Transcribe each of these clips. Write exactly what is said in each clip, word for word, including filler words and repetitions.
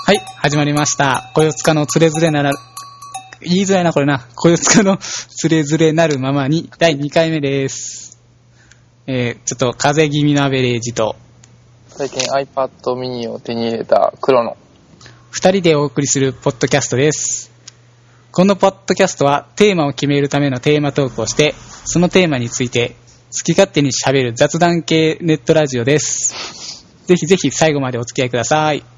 はい、始まりました。こよつかのつれづれなら、言いづらいな、これな。こよつかのつれづれなるままに、だいにかいめです。えー、ちょっと風邪気味のアベレージと、 最近 iPad mini を手に入れた黒の二人でお送りするポッドキャストです。このポッドキャストは、テーマを決めるためのテーマトークをして、そのテーマについて、好き勝手に喋る雑談系ネットラジオです。ぜひぜひ最後までお付き合いください。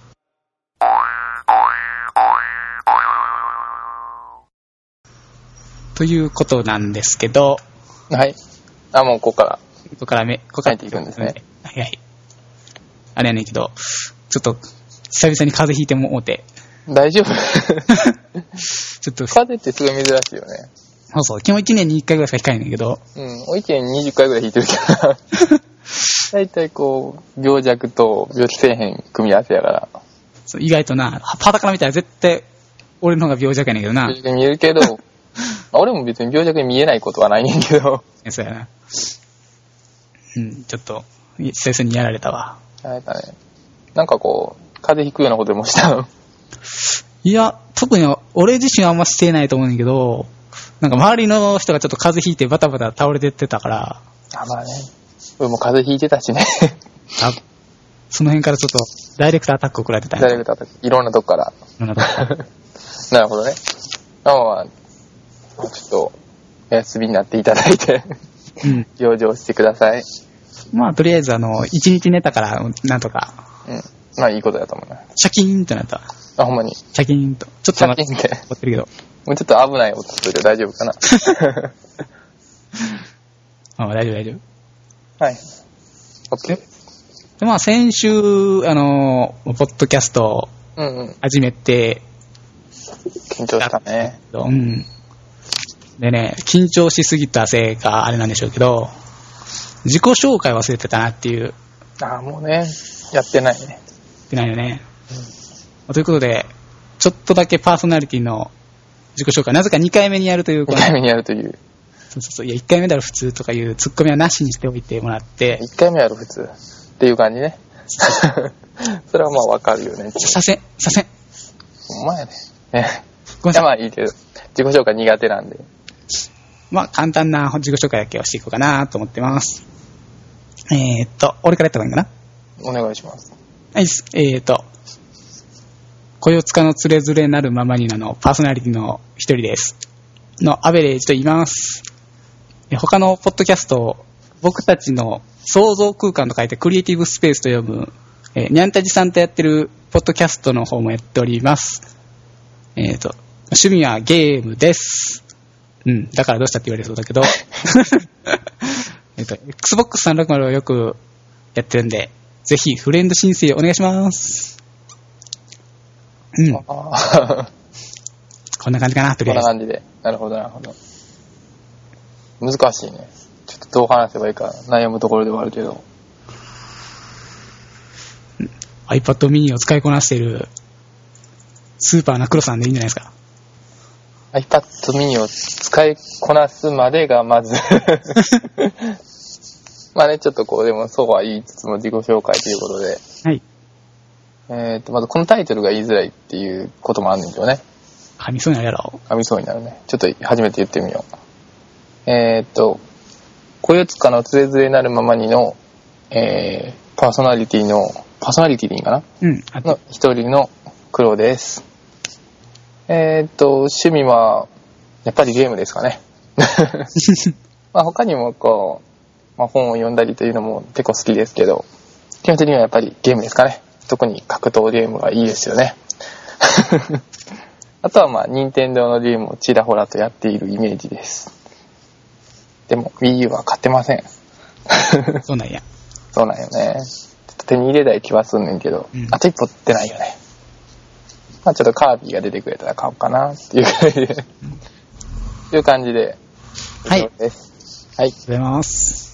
ということなんですけど、 はい。あ、もうここから。 ここからめ、ここから入っていくんですね。 はいはい。あれやねんけど、ちょっと、久々に風邪ひいても思って。 大丈夫ちょっと、 風邪ってすごい珍しいよね。 そうそう、基本いちねんにいっかいぐらいしかひかないんだけど。 うん、おいちねんにじゅっかいぐらい引いてるから。だいたいこう、病弱と病気せえへん組み合わせやから。 そう意外とな、パタから見たら絶対、俺の方が病弱やねんけどな。 病弱に見えるけど、俺も別に病弱に見えないことはないねんけど。 そうやな。うん、ちょっと、久々にやられたわ。 やられたね。なんかこう、風邪ひくようなことでもしたの？ いや、特に俺自身はあんましてないと思うんだけど、なんか周りの人がちょっと風邪ひいてバタバタ倒れてってたから。 あ、まあね。俺も風邪ひいてたしね。 あ、その辺からちょっとダイレクトアタックを食らってたんや。 ダイレクトアタック。いろんなとこから。 いろんなとこから。 なるほどね。まあまあ、ちょっと、お休みになっていただいて、うん、養生してください。 まあ、とりあえず、あの、一日寝たから、なんとか。 うん。まあ、いいことだと思うな。 シャキーンとなった。 あ、ほんまに。 シャキーンと。ちょっとシャキーンって。 思ってるけど。 もうちょっと危ない音するけど大丈夫かな。 あ、大丈夫、大丈夫。はい。 OK。で、まあ、先週、あの、ポッドキャスト、 うんうん。 始めて、 緊張したね。 うん。でね、緊張しすぎたせいか、あれなんでしょうけど、自己紹介忘れてたなっていう。 ああ、もうね、やってないね。やってないよね。うん、ということで、ちょっとだけパーソナリティの自己紹介、なぜかにかいめにやるという。 にかいめにやるという。 そうそうそう。いや、いっかいめだろ普通とかいうツッコミはなしにしておいてもらって。 いっかいめやろ普通。っていう感じね。それはまあわかるよね。 させん、させん。 ほんまやね。ね。ごめんなさい。まあいいけど、自己紹介苦手なんで。 まあ、簡単な自己紹介だけをしていこうかなと思ってます。えーっと、俺からやった方がいいかな？ お願いします。 はい、えーっと、こよつかのつれづれなるままになのパーソナリティの一人です。のアベレージと言います。他のポッドキャストを僕たちの創造空間と書いてクリエイティブスペースと呼ぶ、えー、にゃんたじさんとやってるポッドキャストの方もやっております。えーっと、趣味はゲームです。うん、だからどうしたって言われそうだけど、えっと、Xbox さんびゃくろくじゅうをよくやってるんで、ぜひフレンド申請お願いします。うん。こんな感じかな、とりあえず。 こんな感じで。なるほど、なるほど。難しいね。ちょっとどう話せばいいか悩むところではあるけど。 iPad mini を使いこなしているスーパーな黒さんでいいんじゃないですか。 iPad mini を使いこなすまでがまずまあね、ちょっとこうでもそうは言いつつも自己紹介ということで、 はい。 えっとまずこのタイトルが言いづらいっていうこともあるんですよね。 噛みそうになるやろ。 噛みそうになるね。ちょっと初めて言ってみよう。えっとこよつかのつれづれなるままにの、えー、パーソナリティのパーソナリティでいいかな、 うん、 の一人の黒です。えー、っと趣味はやっぱりゲームですかね。まあ他にもこう、まあ、本を読んだりというのも結構好きですけど、基本的にはやっぱりゲームですかね。特に格闘ゲームがいいですよね。あとはまあ任天堂のゲームをちらほらとやっているイメージです。でも Wii U は買ってません。 そうなんや。 そうなんよね。ちょっと手に入れたい気はすんねんけど、うん、あと一歩出ないよね。まあちょっとカービィが出てくれたら買おうかなっていう感じで、という感じで、 はい。 です。はい。ありがとうございます。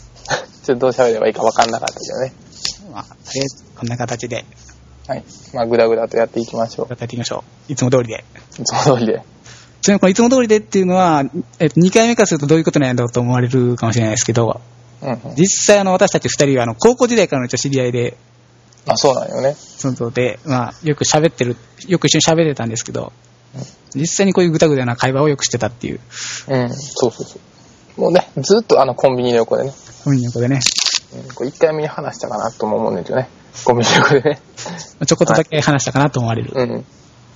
ちょっとどう喋ればいいか分かんなかったけどね。 まあ、とりあえずこんな形で。 はい。まあ、ぐだぐだとやっていきましょう。 やっていきましょう。いつも通りで。 いつも通りで。 ちなみにこのいつも通りでっていうのは、えっと、にかいめからするとどういうことなんだろうと思われるかもしれないですけど、 うんうん、 実際あの私たちふたりはあの高校時代からの知り合いで、 あ、そうなんよね。 そので、まあ、よく喋ってる、よく一緒に喋ってたんですけど、うん、実際にこういうぐたぐたな会話をよくしてたっていう。 うん、そうそうそう。もうね、ずっとあのコンビニの横でね。 コンビニの横でね。 うん、こう一回目に話したかなとも思うんですよね。コンビニの横でね。 ちょこっとだけ話したかなと思われる。 はい、うん。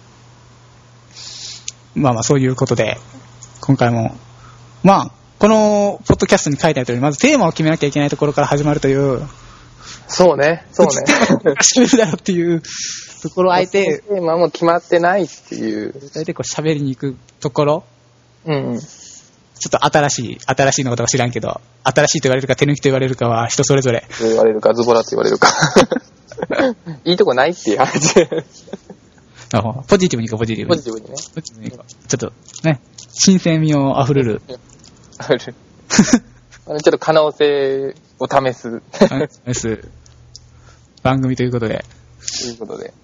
まあまあ、そういうことで、今回も、まあ、このポッドキャストに書いてある通り、まずテーマを決めなきゃいけないところから始まるという。 そうね、そうね。 喋るだろうっていうところをあえて。 テーマも決まってないっていう。 あえてこう喋りに行くところ。 うん、うん。 ちょっと新しい、新しいのことは知らんけど、新しいと言われるか手抜きと言われるかは人それぞれ。 言われるか、ズボラと言われるか。いいとこないっていう話。 ポジティブに行こう、ポジティブに。 ポジティブにね。 ポジティブに行こう。ちょっとね、新鮮味を溢れる。 ある。ちょっと可能性を試す。 試す番組ということで。 ということで。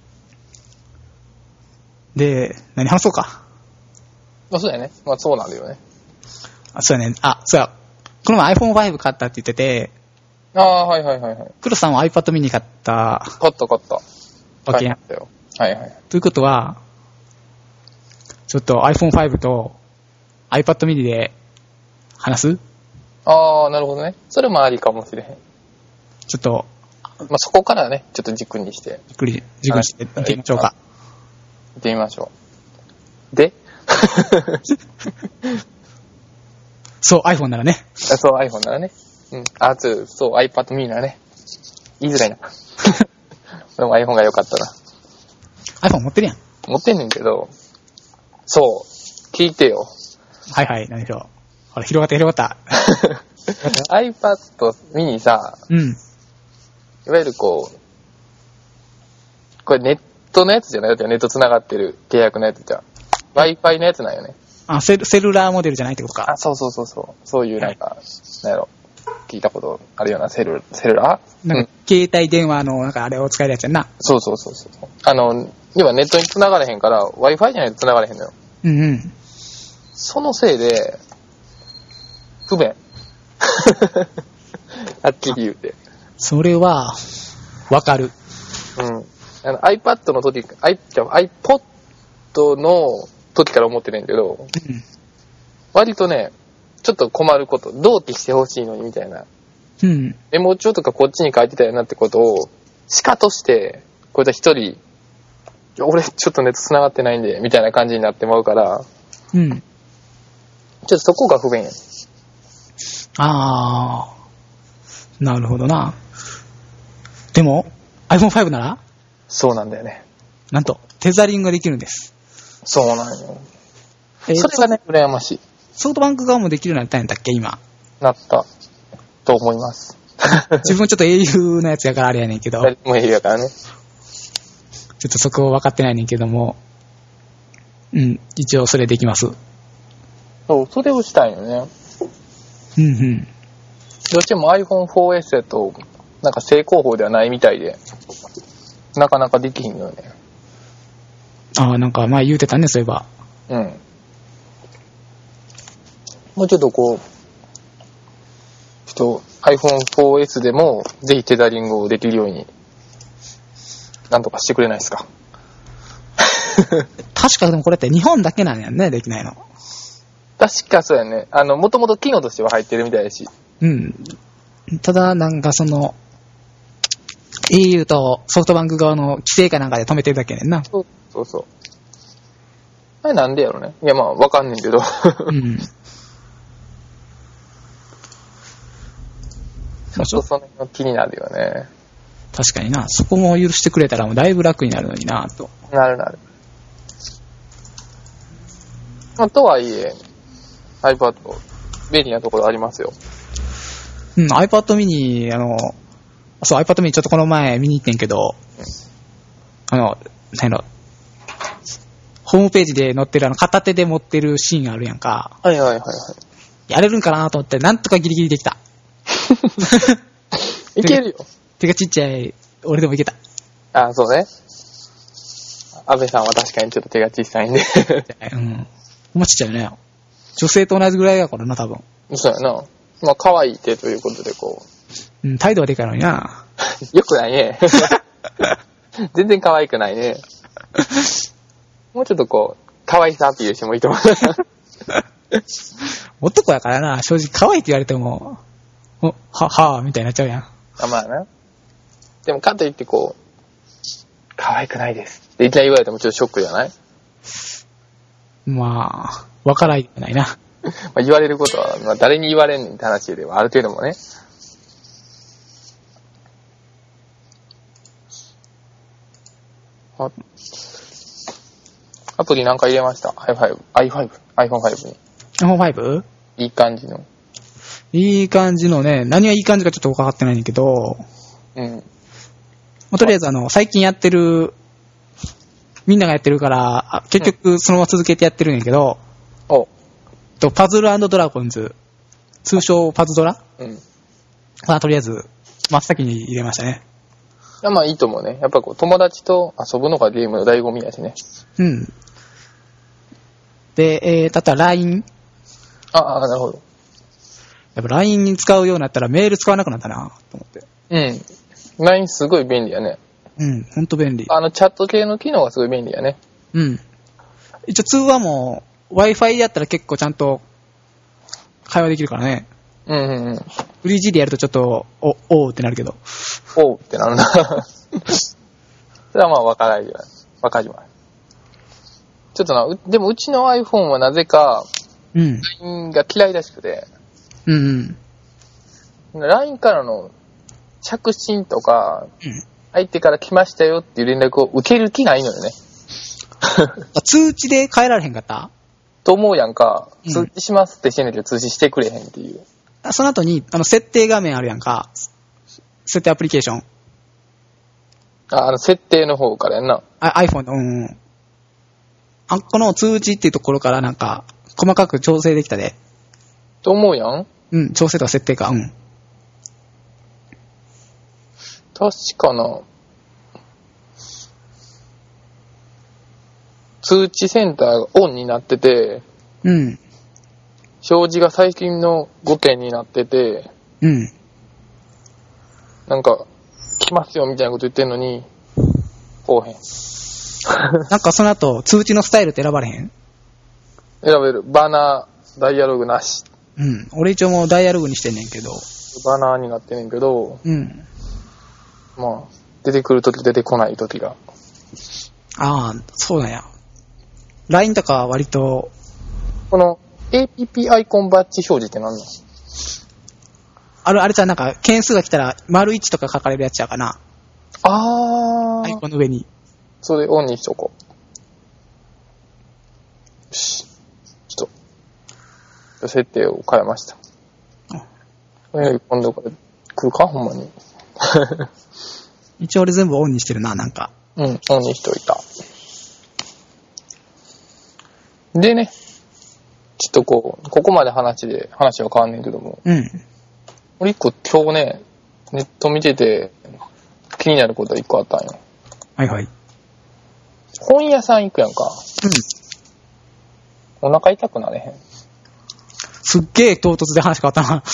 で、何話そうか。 まあそうだよね。まあそうなんだよね。 あ、そうやね。あ、そうや。この前 アイフォンファイブ 買ったって言ってて。 ああ、はいはいはいはい。 黒さんは iPad mini 買った。 買った買った。 わけやん。 はいはい。 ということは、ちょっと アイフォンファイブ と iPad mini で話す？ ああ、なるほどね。それもありかもしれへん。 ちょっと、 まあそこからね、ちょっと軸にして。 じっくり、軸にして見てみましょうか。 見てみましょう。でそう、iPhone ならね。 そう、iPhone ならね。うん。あ、そう、そう、iPad mini ならね。言いづらいな。でも iPhone が良かったな。 iPhone 持ってるやん。 持ってんねんけど、そう、聞いてよ。 はいはい、何でしょう。ほら、広がった広がった。 iPad mini さ、 うん。 いわゆるこう、これネットのやつじゃない？だってネット繋がってる契約のやつじゃん。Wi-Fi のやつなんよね。 あ、セル、セルラーモデルじゃないってことか。 あ、そうそうそうそう。そういうなんか、はい、なんやろ。聞いたことあるようなセル、セルラーなんか、うん、携帯電話の、なんかあれを使えるやつやんな。 そうそうそうそう。あの、要はネットに繋がれへんから、Wi-Fi じゃないと繋がれへんのよ。 うんうん。そのせいで、不便。はっきり言うて。 それは、わかる。 うん。あの iPad の時、I、iPod の時から思ってるんだけど、うん、割とね、ちょっと困ること、同期してほしいのにみたいな。 うん。 メモ帳とかこっちに書いてたよなってことを、しかとして、こういった一人、俺ちょっとネット繋がってないんで、みたいな感じになってまうから、 うん。ちょっとそこが不便や。 あー。なるほどな。でも、アイフォンファイブ ならそうなんだよね。 なんと、テザリングができるんです。 そうなんよ。えー、それがね、羨ましい。 ソフトバンク側もできるようになったんだっけ、今。 なった。と思います。 自分ちょっと エーユー のやつやからあれやねんけど。もうエーユー やからね。 ちょっとそこ分かってないねんけども。うん、一応それできます。 そう、それをしたいよね。 うんうん。 どうしても アイフォンフォーエス やと、なんか正攻法ではないみたいで、なかなかできひんよね。 ああ、なんか前言うてたね、そういえば。 うん。もうちょっとこう、ちょっと アイフォンフォーエス でもぜひテザリングをできるように、なんとかしてくれないですか。 確かでもこれって日本だけなんやんね、できないの。 確かそうやね。あの、もともと機能としては入ってるみたいだし。 うん。ただ、なんかその、エーユー とソフトバンク側の規制かなんかで止めてるだけやねんな。 そうそうそう。あれなんでやろね。いや、まあ、わかんねんけど。うん。ちょっとその辺の気になるよね。 確かにな。そこも許してくれたらもうだいぶ楽になるのになと。 なるなる。まあ、とはいえ、iPad、便利なところありますよ。 うん、iPad mini、あの、そう、iPad mini ちょっとこの前見に行ってんけど、うん、あの、何やろ、ホームページで載ってるあの、片手で持ってるシーンあるやんか。 はいはいはいはい。 やれるんかなと思って、なんとかギリギリできた。 いけるよ。 手がちっちゃい、俺でもいけた。 ああ、そうね。安倍さんは確かにちょっと手が小さいんで。 うん。ほんまちっちゃいね。女性と同じぐらいだからな、多分。 そうやな。まあ、可愛い手ということで、こう。うん、態度はでかいのにな。 よくないね。全然可愛くないね。もうちょっとこう、可愛さアピールしてもいいと思う。 男やからな、正直可愛いって言われても、おは、はぁ、みたいになっちゃうやん。 あ、まあな。でもかといってこう、可愛くないですっていきなり言われてもちょっとショックじゃない？ まあ、わからないないな。 まあ言われることは、まあ、誰に言われんねんって話ではある程度もね。あ、アプリなんか入れました。アイファイブ、アイファイブ、アイフォンファイブ に。 アイフォンファイブ？ いい感じの。 いい感じのね、何がいい感じかちょっと分かってないんだけど、 うん。 まあ、とりあえずあの、最近やってる、みんながやってるから、結局そのまま続けてやってるんやけど、 うん、おとパズル&ドラゴンズ、通称パズドラ、 うん。 まあとりあえず、真っ先に入れましたね。 いや、まあいいと思うね。やっぱこう、友達と遊ぶのがゲームの醍醐味やしね。 うん。で、えー、たった ライン？ ああ、なるほど。 やっぱ ライン に使うようになったらメール使わなくなったなと思って。 うん。ライン すごい便利やね。 うん、ほんと便利。 あの、チャット系の機能がすごい便利やね。 うん。一応通話も Wi-Fi やったら結構ちゃんと会話できるからね。 うんうんうん。 フリージーでやるとちょっと、お、おーってなるけど。 おうってなるな。それはまあ分からないじゃない。分かります。ちょっとな、うでもうちの iPhone はなぜか、 うん。 ライン が嫌いらしくて、 うんうん。 ライン からの着信とか、 うん相手から来ましたよっていう連絡を受ける気ないのよね。 通知で変えられへんかった？ と思うやんか、 うん通知しますってしてんだけど通知してくれへんっていう。 その後に、あの、設定画面あるやんか。設定アプリケーション。 あ、あの、設定の方からやんな。 あ iPhone の、うんうん。あ、この通知っていうところからなんか、細かく調整できたで。 と思うやん。 うん、調整とか設定か、うん。 確かな。通知センターがオンになってて、 うん。 表示が最近のごけんになってて、 うん。 なんか、来ますよみたいなこと言ってんのに、こうへん。 なんかその後、通知のスタイルって選ばれへん？ 選べる。バナー、ダイアログなし。 うん。俺一応もうダイアログにしてんねんけど。 バナーになってんねんけど、 うん。 まあ、出てくるとき出てこないときが。 ああ、そうなんや。ライン とかは割と、 この エーピーピー アイコンバッジ表示って何なの？ あれ、あれじゃん、なんか、件数が来たら、丸いちとか書かれるやつやかな。 あー。 アイコンの上に。 それオンにしとこう。よし。ちょっと、設定を変えました。えー、今度から来るかほんまに。 一応俺全部オンにしてるな、なんか。 うん、オンにしといた。でね、ちょっとこう、ここまで話で、話は変わんねんけども。 うん。 俺一個今日ね、ネット見てて、気になることが一個あったんよ。 はいはい。 本屋さん行くやんか。 うん。 お腹痛くなれへん。 すっげえ唐突で話変わったな。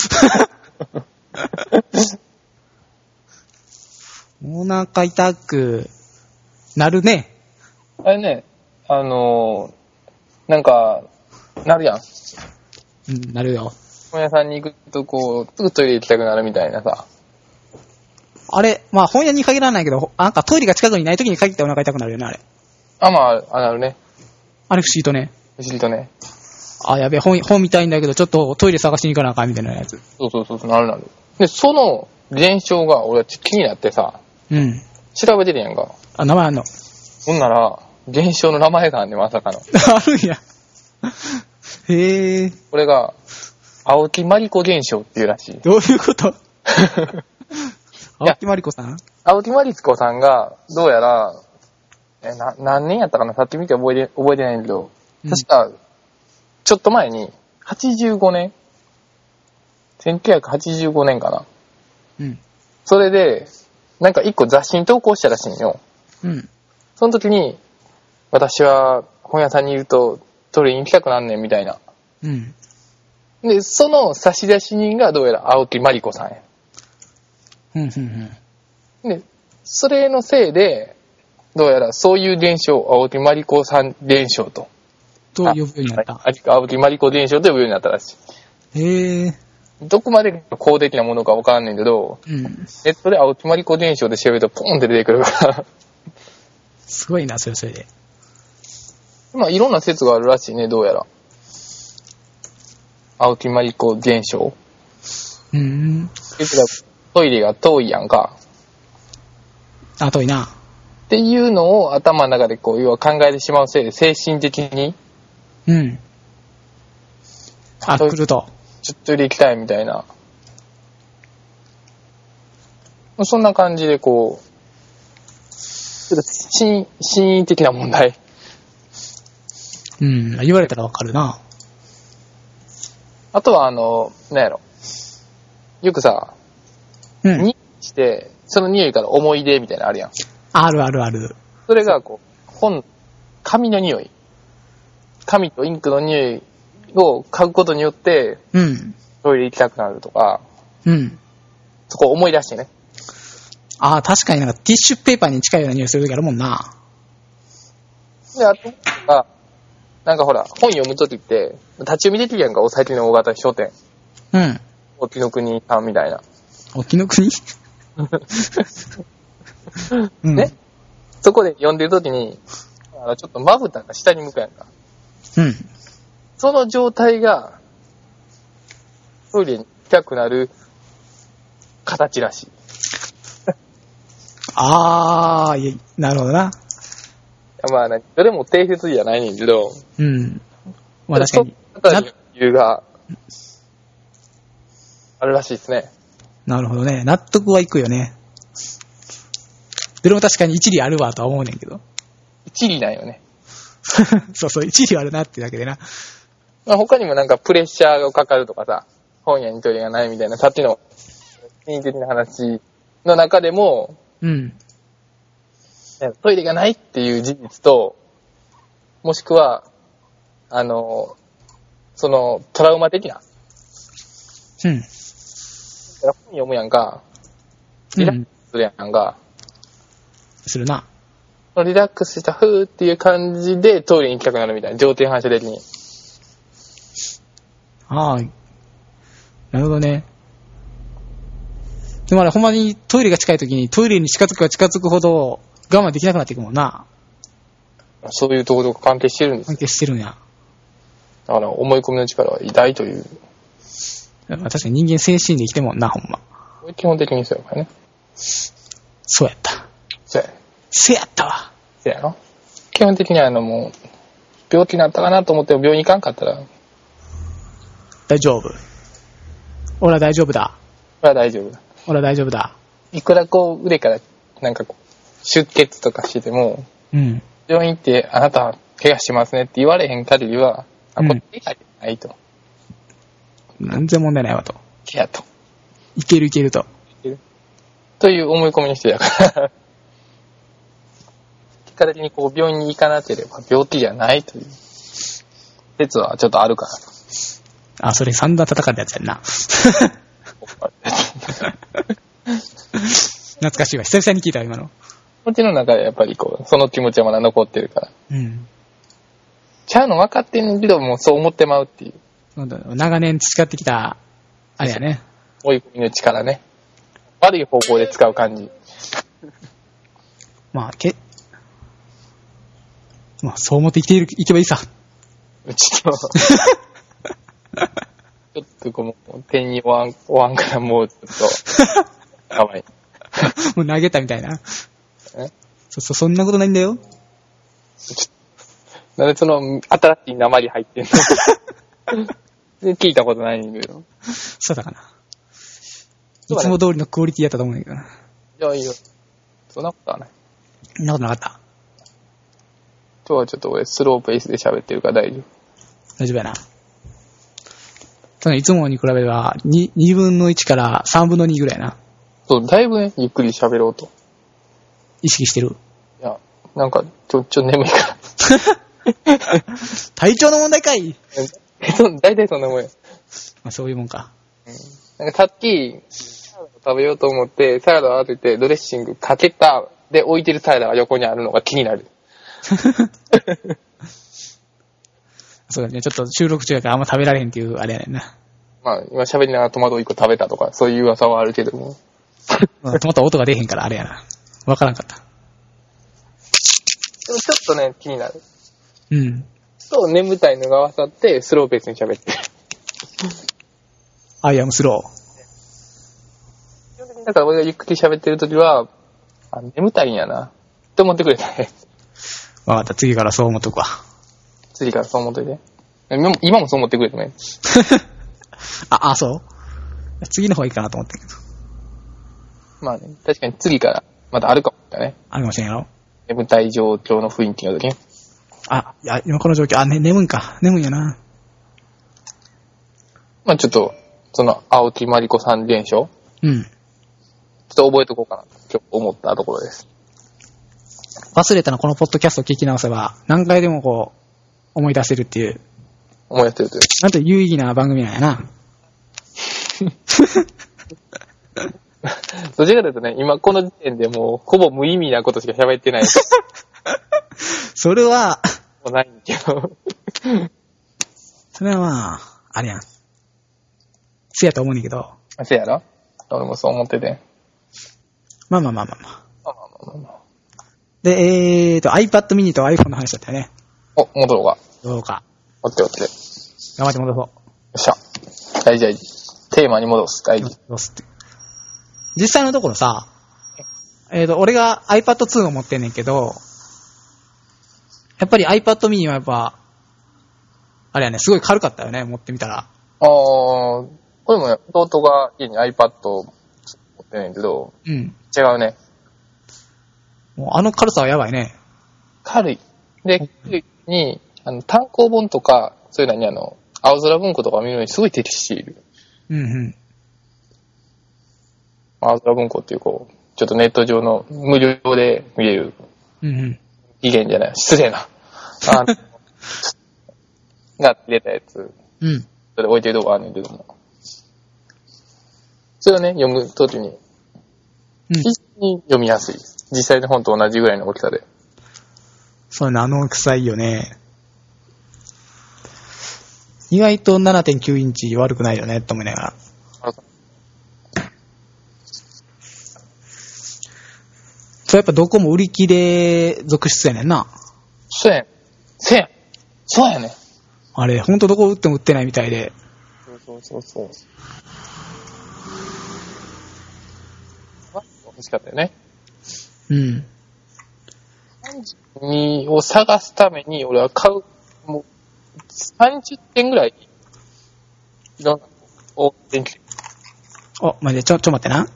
お腹痛くなるね。 あれね、あのー、なんか、なるやん。 うん、なるよ。 本屋さんに行くとこう、すぐトイレ行きたくなるみたいなさ。 あれ、まあ本屋に限らないけど、なんかトイレが近くにない時に限ってお腹痛くなるよね、あれ。 あ、まあ、あ、なるね。 あれ不思議とね。 不思議とね。 あ、やべえ、本、本見たいんだけど、ちょっとトイレ探しに行かなあかんみたいなやつ。 そうそうそう、なるなる。で、その現象が俺は気になってさ、 うん。 調べてるやんか。 あ、名前あんの。 ほんなら、現象の名前があんねん、まさかの。 あるんや。へえ。 これが、青木まりこ現象っていうらしい。 どういうこと青木まりこさん？ 青木まりこさんが、どうやら、え、な、何年やったかな、さっき見て覚えて、覚えてないんだけど、 うん、 確か、ちょっと前に、はちじゅうごねん、せんきゅうひゃくはちじゅうごねんかな。 うん。 それで、なんか一個雑誌に投稿したらしいんよ。 うん。 その時に、私は本屋さんにいるとトイレに行きたくなんねんみたいな。 うん。 で、その差出人がどうやら青木まりこさんや。 うん、うん、うん。 で、それのせいで、どうやらそういう現象、青木まりこさん現象と。 と呼ぶようになった。 青木まりこ現象と呼ぶようになったらしい。へえ。 どこまで公的なものかわからんねんけど、うん、ネットで青木まりこ現象で調べるとポンって出てくるから。 すごいな、それそれで。 まあ、いろんな説があるらしいね、どうやら。青木まりこ現象。 うん。 トイレが遠いやんか。 あ、遠いな。 っていうのを頭の中でこう、要は考えてしまうせいで、精神的に。 うん。あ、来ると。 ちょっとトイレ行きたいみたいな。そんな感じでこう、ちょっと心、心理的な問題。 うん、言われたらわかるな。 あとはあの、なんやろ。よくさ、 うん。 にして、その匂いから思い出みたいなのあるやん。 あるあるある。 それがこう、本、紙の匂い。紙とインクの匂いを嗅ぐことによって、 うん。 トイレ行きたくなるとか、 うん。 そこを思い出してね。 ああ、確かになんかティッシュペーパーに近いような匂いするときあるもんな。 で、あとは、なんかほら、本読むときって、立ち読みできるやんか、お先の大型書店。 うん。 沖の国さんみたいな。 沖の国うん、ね、そこで読んでるときに、あのちょっとまぶたが下に向くやんか。 うん。 その状態が、トイレに行きたくなる形らしい。 ああ、なるほどな。 まあ、ね、どれも定説じゃないねんけど。 うん。まあ確かに。 その理由があるらしいですね。 なるほどね。納得はいくよね。どれも確かに一理あるわとは思うねんけど。 一理なんよね。 そうそう、一理あるなってだけでな。 まあ、他にもなんかプレッシャーがかかるとかさ、本屋にトイレがないみたいな、さっきの心理的な話の中でも、 うん。 トイレがないっていう事実と、もしくは、あの、そのトラウマ的な。 うん。 本読むやんか。リラックスするやんか。 うん、するな。 リラックスしたふーっていう感じでトイレに行きたくなるみたいな。条件反射的に。 ああ。なるほどね。でもあれほんまにトイレが近い時にトイレに近づくか近づくほど我慢できなくなっていくもんな。 そういうところが関係してるんです。 関係してるんや。 だから思い込みの力は偉大という。 確かに人間精神で生きてもんな、ほんま。 基本的にそうやからね。 そうやった。 そうや。 せやったわ。 せやろ。基本的にはあのもう、病気になったかなと思っても病院行かんかったら。 大丈夫。俺は大丈夫だ。 俺は大丈夫だ。 俺は大丈夫だ。 いくらこう腕からなんかこう、出血とかしてても、 うん。 病院行ってあなたは怪我しますねって言われへん限りは、あ、これ怪我じゃないと。 全然問題ないわと。 ケアと。 いけるいけると。 いける。という思い込みの人やから。結果的にこう病院に行かなければ病気じゃないという説はちょっとあるかなと。 あ、それ散々叩かれたやつやんな。懐かしいわ。久々に聞いた今の。 気持ちの中でやっぱりこう、その気持ちはまだ残ってるから。 うん。 ちゃうの分かってんけどもそう思ってまうっていう。 長年培ってきた、あれやね。 追い込みの力ね。悪い方向で使う感じ。 まあ、け、まあ、そう思って生きている、いけばいいさ。 うちと、ちょっとこう、点におわん、おわんからもうちょっと、かわいい。 もう投げたみたいな。えそ、そ、そんなことないんだよ。 なんでその、新しい鉛入ってんの聞いたことないんだけど。 そうだかな。いつも通りのクオリティやったと思うんだけどな。いや、いいよ。そんなことはない。 そんなことなかった。 今日はちょっと俺スローペースで喋ってるから大丈夫。 大丈夫やな。ただいつもに比べればに、にぶんのいちからさんぶんのにぐらいな。 そう、だいぶね、ゆっくり喋ろうと。 意識してる。 いや、なんか、ちょ、ちょ、眠いから。 体調の問題かい。 だいたいそんなもんや。 まあそういうもんか。 うん。なんかさっき、 食べようと思って、サラダを当ててドレッシングかけた、で置いてるサラダが横にあるのが気になる。 そうだね、ちょっと収録中やからあんま食べられへんっていうあれやねんな。 まあ、今喋りながらトマトいっこ食べたとか、そういう噂はあるけども。 トマト音が出へんからあれやな。わからんかった。 でもちょっとね、気になる。 うん。 と、眠たいのが合わさって、スローペースに喋ってる。 アイアムスロー。 基本的にだから俺がゆっくり喋ってるときは、あ、眠たいんやな。って思ってくれたね。 わかった、次からそう思っとくわ。 次からそう思っといて。今も、今もそう思ってくれてね。 あ、あ、そう次の方がいいかなと思ったけど。 まあね、確かに次からまたあるかもしれないね。 あるかもしれんやろ。 眠たい状況の雰囲気の時ね。 あ、いや、今この状況、あ、ね、眠いんか。眠いんやな。 まあちょっと、その、青木まりこさん現象うん。 ちょっと覚えとこうかなと今日思ったところです。 忘れたのこのポッドキャストを聞き直せば、何回でもこう、思い出せるっていう。 思い出せるという。 なんと有意義な番組なんやな。 どちらかというとね、今この時点でもう、ほぼ無意味なことしか喋ってない。 それは、 もうないんけど。 それはまあ、あれやん。せやと思うねんけど。 せやろ俺もそう思ってて。 まあまあまあまあまあ。 まあまあまあまあまあ。 で、えーと、iPad mini と iPhone の話だったよね。 お、戻ろうか。 どうか。 おっておって。よ頑張って戻そっしゃ。大事大事。テーマに戻す。大う。 事。 戻すって。実際のところさ、えーと、俺が アイパッドツー を持ってんねんけど、やっぱり iPad mini はやっぱ、あれやね、すごい軽かったよね、持ってみたら。 あー、これもね、弟が家に iPad を持ってんねんけど、 うん。 違うね。 もうあの軽さはやばいね。 軽い。で、軽いに、あの、単行本とか、そういうのにあの、青空文庫とか見るのにすごい適している。 うんうん。 青空文庫っていうこう、ちょっとネット上の無料で見れる。 うんうん。 期限じゃない。失礼な。あのが入れたやつ。 うん。 それ置いてるとこあるんだけども。それをね、読むときに、 うん。 非常に読みやすい。実際の本と同じぐらいの大きさで。 そうね、あの大きさいいよね。意外と ななてんきゅう インチ悪くないよね、と思いながら。そうやっぱどこも売り切れ続出やねんな。 そうやん。せやん。そうやねん。 あれ、ほんとどこ売っても売ってないみたいで。 そうそうそうそう。欲しかったよね。 うん。 にを探すために俺は買う、もうさんじゅってんぐらいいろんなのを勉強。 お、まじで、ちょ、ちょ待ってな。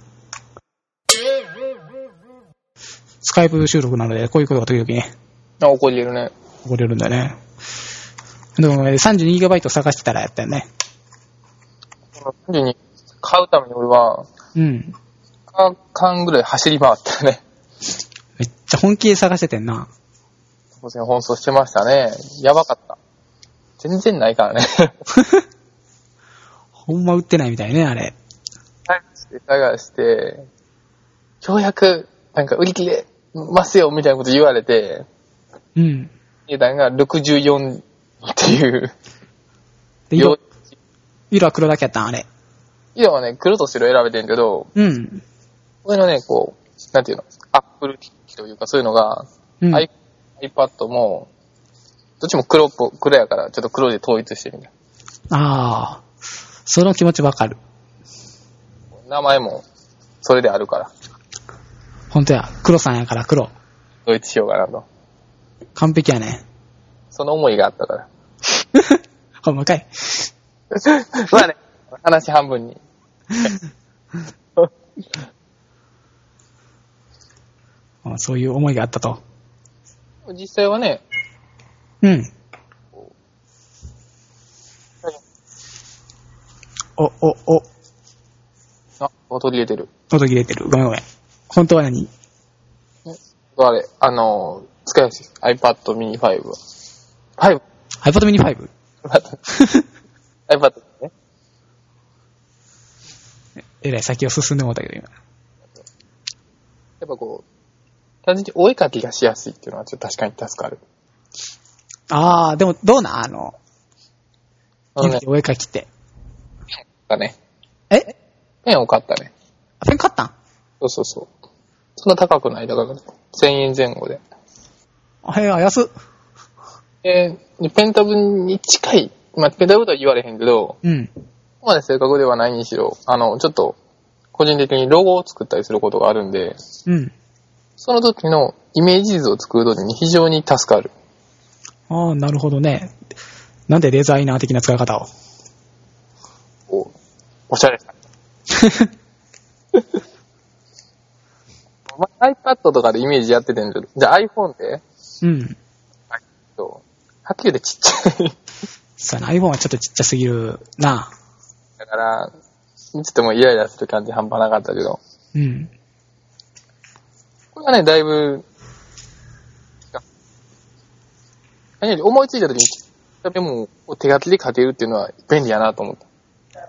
スカイプ収録なので、こういうことが時々ね、 あ、起こり得るね。 起こり得るんだね。でも、さんじゅうにギガバイト 探してたらやったよね。 さんじゅうに買うために俺は、 うん。 さんかんぐらい走り回ったよね。 めっちゃ本気で探しててんな。 当然奔走してましたね。やばかった。全然ないからね。 ほんま売ってないみたいね、あれ。 探して探して、ようやくなんか売り切れますよみたいなこと言われて、 うん。 値段がろくじゅうよんっていう。 で、色、色は黒だけやったん、あれ。 色はね、黒と白選べてんけど、 うん。 これのね、こう、なんていうの、アップル機器というかそういうのが、 うん、 iPad も、どっちも黒っぽ、黒やから、ちょっと黒で統一してるみたいな。ああ、その気持ちわかる。 名前も、それであるから。 ほんとや、黒さんやから黒。 統一しようかなと。 完璧やね。 その思いがあったから。 ほんまかい。 まあね、話半分に。 そういう思いがあったと。 実際はね、 うん。お、お、お。 あ、音切れてる。 音切れてる。ごめんごめん。本当は何？ あれ、あの、使いやすいです。iPad mini ファイブは。ファイブ iPad mini ファイブ? iPad ね。 ええらい先を進んでもうたけど今。 やっぱこう、単純にお絵描きがしやすいっていうのはちょっと確かに助かる。 あー、でもどうなんあの、 あのね、 お絵描きって。 だね。 えペンを買ったね。 あ、ペン買ったん？ そうそうそう。そんな高くない。だから、せんえんぜん後で。 あ、へえ、あ、安っ。 で、ペンタブに近い、まあ、ペンタブとは言われへんけど、 うん。 ここまで正確ではないにしろ、あの、ちょっと、個人的にロゴを作ったりすることがあるんで、 うん。 その時のイメージ図を作る時に非常に助かる。 ああ、なるほどね。なんでデザイナー的な使い方を。 こう、おしゃれさ。まあ、iPad とかでイメージやっててんけど、じゃあ iPhone で、 うん。 はっきり言ってちっちゃい。 そうやな、iPhone はちょっとちっちゃすぎるな。 だから、見ててもイライラする感じ半端なかったけど。 うん。 これがね、だいぶ、何より思いついた時に、メモを手書きで書けるっていうのは便利やなと思った。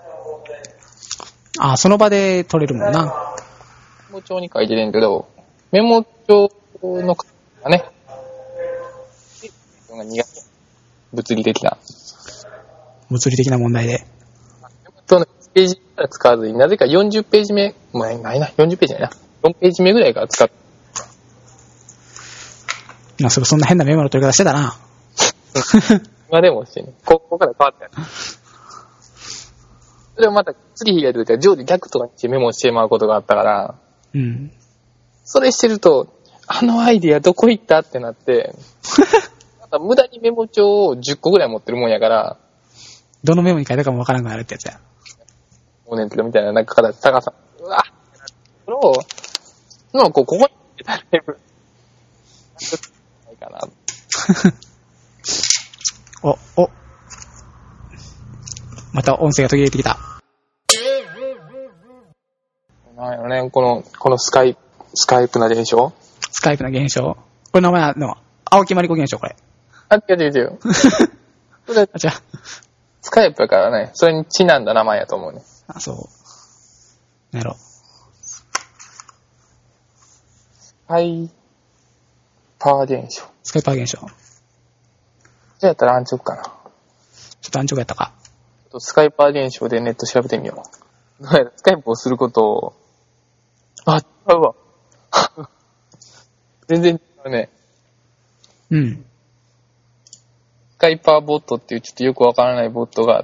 ああ、その場で取れるもんな。 メモ帳に書いてるんけど、メモ帳の書きがね、が苦手。物理的な。 物理的な問題で。 メモ帳のページから使わずに、なぜかよんじゅうページ目、もうないな、よんじゅうページないな。よんページ目ぐらいから使って。 まあ、そんな変なメモの取り方してたな。 今でもしてね。ここから変わったよ。それをまた次開いた時は常時逆とかにしてメモしてまうことがあったから、 うん。 それしてると、あのアイディアどこ行ったってなって、また無駄にメモ帳をじゅっこぐらい持ってるもんやから、どのメモに書いたかもわからんくなるってやつや。 もうねんけどみたいな中から探さ、うわっそれを、のこう、ここに入れたらだいぶ、ないかな。 お、お。また音声が途切れてきた。 なんやろね、この、このスカイ、スカイプな現象スカイプな現象。これ名前はの、青木まりこ現象、これ。 あ、違う違う違う。それ、 あ、じゃあ。 スカイプやからね、それにちなんだ名前やと思うね。 あ、そう。なんやろ。 スカイパー現象。 スカイパー現象。 じゃあやったら安直かな。ちょっと安直やったか。 っとスカイパー現象でネット調べてみよう。どうやらスカイプをすることを、あ、違うわ。全然違うね。 うん。 スカイパーボットっていうちょっとよくわからないボットがあった。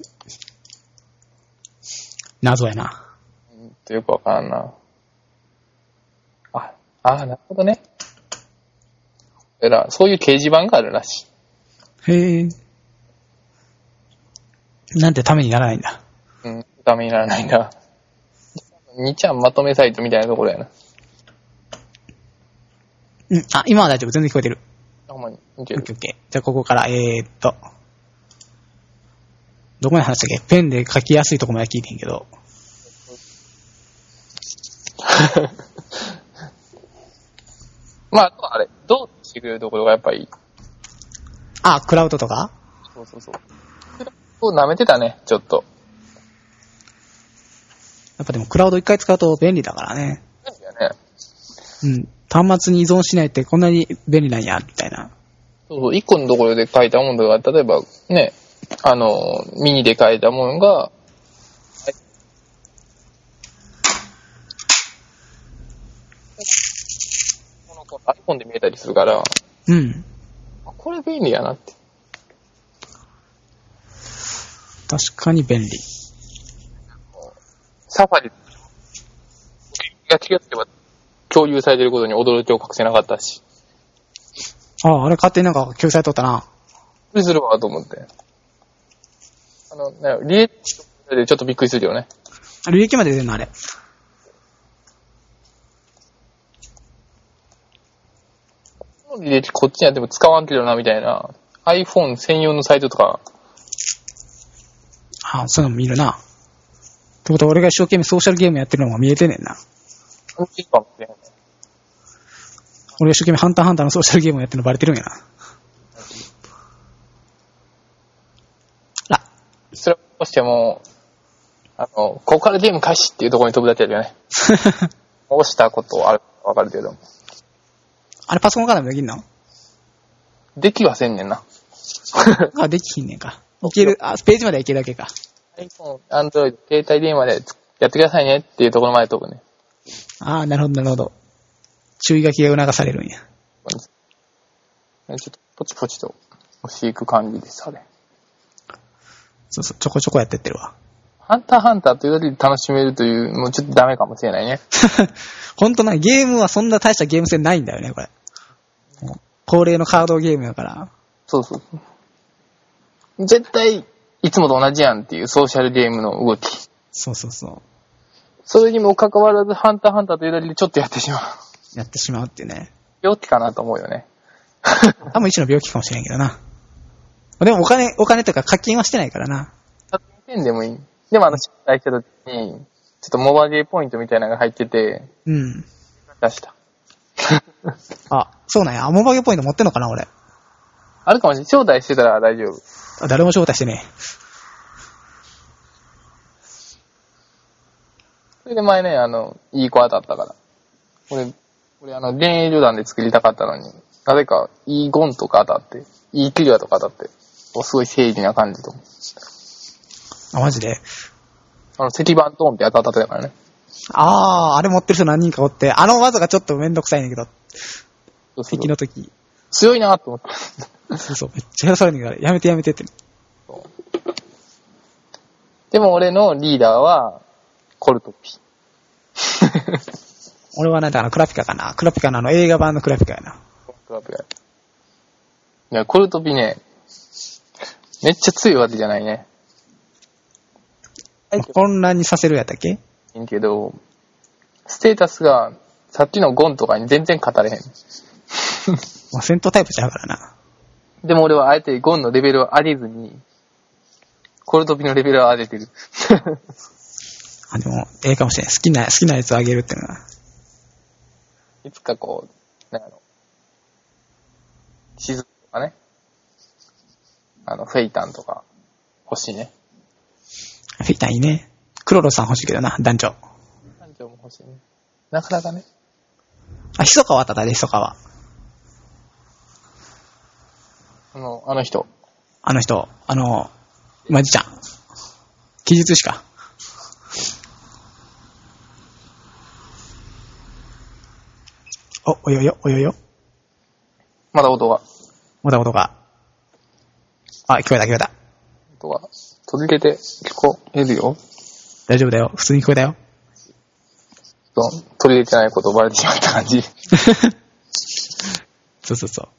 謎やな。 うんとよくわからんな。あ、あ、なるほどね。えら、そういう掲示板があるらしい。へえ。なんてためにならないんだ。 うん、ためにならないんだ。にちゃんまとめサイトみたいなところやな。 うん、あ、今は大丈夫。全然聞こえてる。 ほんまに。 オッケーオッケー。じゃあここから、えーっと。どこまで話したっけ？ペンで書きやすいとこまで聞いてんけど。 まあ、あれ、どうしてくれるところがやっぱりいい。 あ、クラウドとか？ そうそうそう。クラウドを舐めてたね、ちょっと。 やっぱでもクラウド一回使うと便利だからね。 便利だね。 うん。端末に依存しないってこんなに便利なんや、みたいな。 そうそう、一個のところで書いたものが、例えばね、あの、ミニで書いたものが、この iPhone で見えたりするから、 うん。 これ便利やなって。 確かに便利。 サファリが違っては共有されてることに驚きを隠せなかったし。 ああ、あれ勝手になんか共有されとったな。 びっくりするわと思って。あの、ね、履歴でちょっとびっくりするよね。 履歴まで出てんのあれ。 この履歴こっちにやっても使わんけどなみたいな iPhone 専用のサイトとか。 ああ、そういうのも見るな。ってことは俺が一生懸命ソーシャルゲームやってるのが見えてんねんな。俺が一生懸命ハンターハンターのソーシャルゲームをやってるのバレてるんやな。 ら。それをしても、 あの、ここからゲーム開始っていうところに飛ぶだけだよね。押したことあるわかるけど。 あれパソコンからもできんの？ できはせんねんな。 あ、できひんねんか。いける、あ、ページまではいけるだけか。 iPhone、Android、携帯電話でやってくださいねっていうところまで飛ぶね。 ああ、なるほど、なるほど。注意書きが促されるんや。 ちょっとポチポチと押していく感じです、あれ。 そうそう、ちょこちょこやってってるわ。 ハンターハンターというだけで楽しめるという、もうちょっとダメかもしれないね。 ほんとな、ゲームはそんな大したゲーム性ないんだよね、これ。恒例のカードゲームだから。 そうそう。絶対、いつもと同じやんっていうソーシャルゲームの動き。 そうそうそう。 それにもかかわらず、ハンターハンターというだけでちょっとやってしまう。 やってしまうっていうね。 病気かなと思うよね。 多分一種の病気かもしれんけどな。でもお金、お金とか課金はしてないからな。 課金せんでもいい。でもあの、失敗した時に、ちょっとモバゲーポイントみたいなのが入ってて、 うん。 出した。 あ、そうなんや。モバゲポイント持ってんのかな、俺。 あるかもしれない。招待してたら大丈夫。 あ、誰も招待してねえ。 それで前ね、あの、いい子当たったから。俺、俺あの、幻影旅団で作りたかったのに、なぜか、いいゴンとか当たって、いいクリアとか当たって、すごい正義な感じと。 あ、マジで。 あの、石板トーンってやつ当たってたからね。 あー、あれ持ってる人何人かおって、あの技がちょっとめんどくさいんだけど。 そうそう敵の時。 強いなと思って。 そうそう、めっちゃやらされるんだから、やめてやめてって。 でも俺のリーダーは、コルトピ。 俺はなんだ、あの、クラピカかな。クラピカのあの、映画版のクラピカやな。 クラピカ。いや、コルトピね、めっちゃ強いわけじゃないね。 混乱にさせるやったっけ？ いいけど、ステータスが、さっきのゴンとかに全然語れへん。 まあ、戦闘タイプちゃうからな。 でも俺はあえてゴンのレベルを上げずに、コルトピのレベルを上げてる。 あ、でも、ええかもしれない。好きな、好きなやつをあげるっていうのは。 いつかこう、なんやろ、シズとかね、あの、フェイタンとか、欲しいね。 フェイタンいいね。クロロさん欲しいけどな、団長。 団長も欲しいね。なかなかね。 あ、ヒソカワあっただね、ヒソカワ。 あの、あの人。 あの人、あの、マジちゃん。記述しか。お、およよ、およよ。 まだ音が。 また音が。あ、聞こえた聞こえた。 音が。続けて聞こえるよ。 大丈夫だよ。普通に聞こえたよ。 取り入れてないことをバレてしまった感じ。 そうそうそう。そう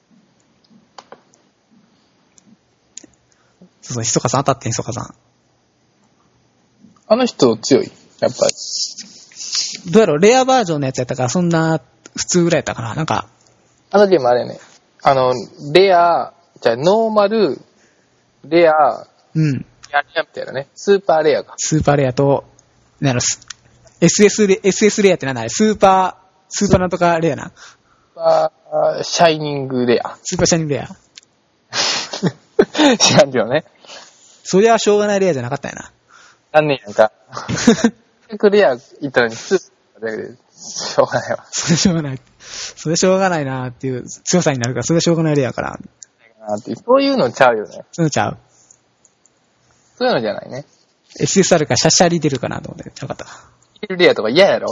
そう、ひそかさん当たってん、ひそかさん。 あの人強い。やっぱり。 どうやろう、レアバージョンのやつやったから、そんな、普通ぐらいやったかな。なんか。 あのゲームあれね。あの、レア、じゃあノーマル、レア、 うん。 やレアみたいなね。スーパーレアか。 スーパーレアと、なんやろ、エスエス レ、エスエス レアってなんだあれ、スーパー、スーパーなんとかレアな。 スーパー、シャイニングレア。 スーパーシャイニングレア。 知らんけどね。 そりゃしょうがないレアじゃなかったんやな。 なんねんやんか。結局レア行ったのにスーパーだけで、しょうがないわ。 それしょうがない。それしょうがないなーっていう強さになるから、それしょうがないレアから。 そういうのちゃうよね。 そういうのちゃう。 そういうのじゃないね。 エスエス あるからシャッシャリ出るかなと思って。よかった。 レアとか嫌やろ。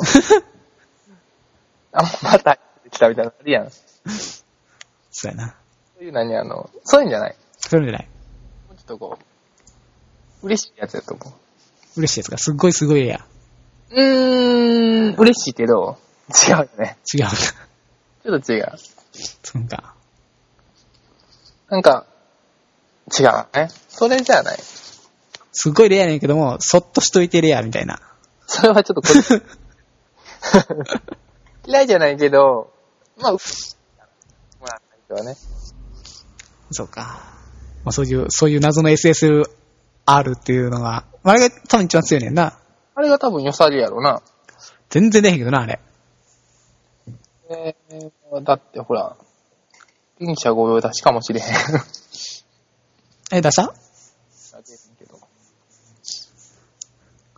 あ、また来たみたいなのあるやん。 そうやな。 そういう何あの、そういうんじゃない。 そういうんじゃない。 もうちょっとこう、嬉しいやつやと思う。 嬉しいやつがすっごいすごいレア。 うーん、嬉しいけど、違うよね。 違う。 ちょっと違う。 そうか。 なんか、違うね。それじゃない。 すっごいレアねんけども、そっとしといてレアみたいな。 それはちょっとこれ嫌いじゃないけど、まあ、もらった人はね。 そうか。まあそういう、そういう謎の エスエスアール っていうのが、あれが多分一番強いねんな。 あれが多分良さげやろな。 全然出へんけどな、あれ。 えー、だってほら、電車ご用出しかもしれへん。 え、出した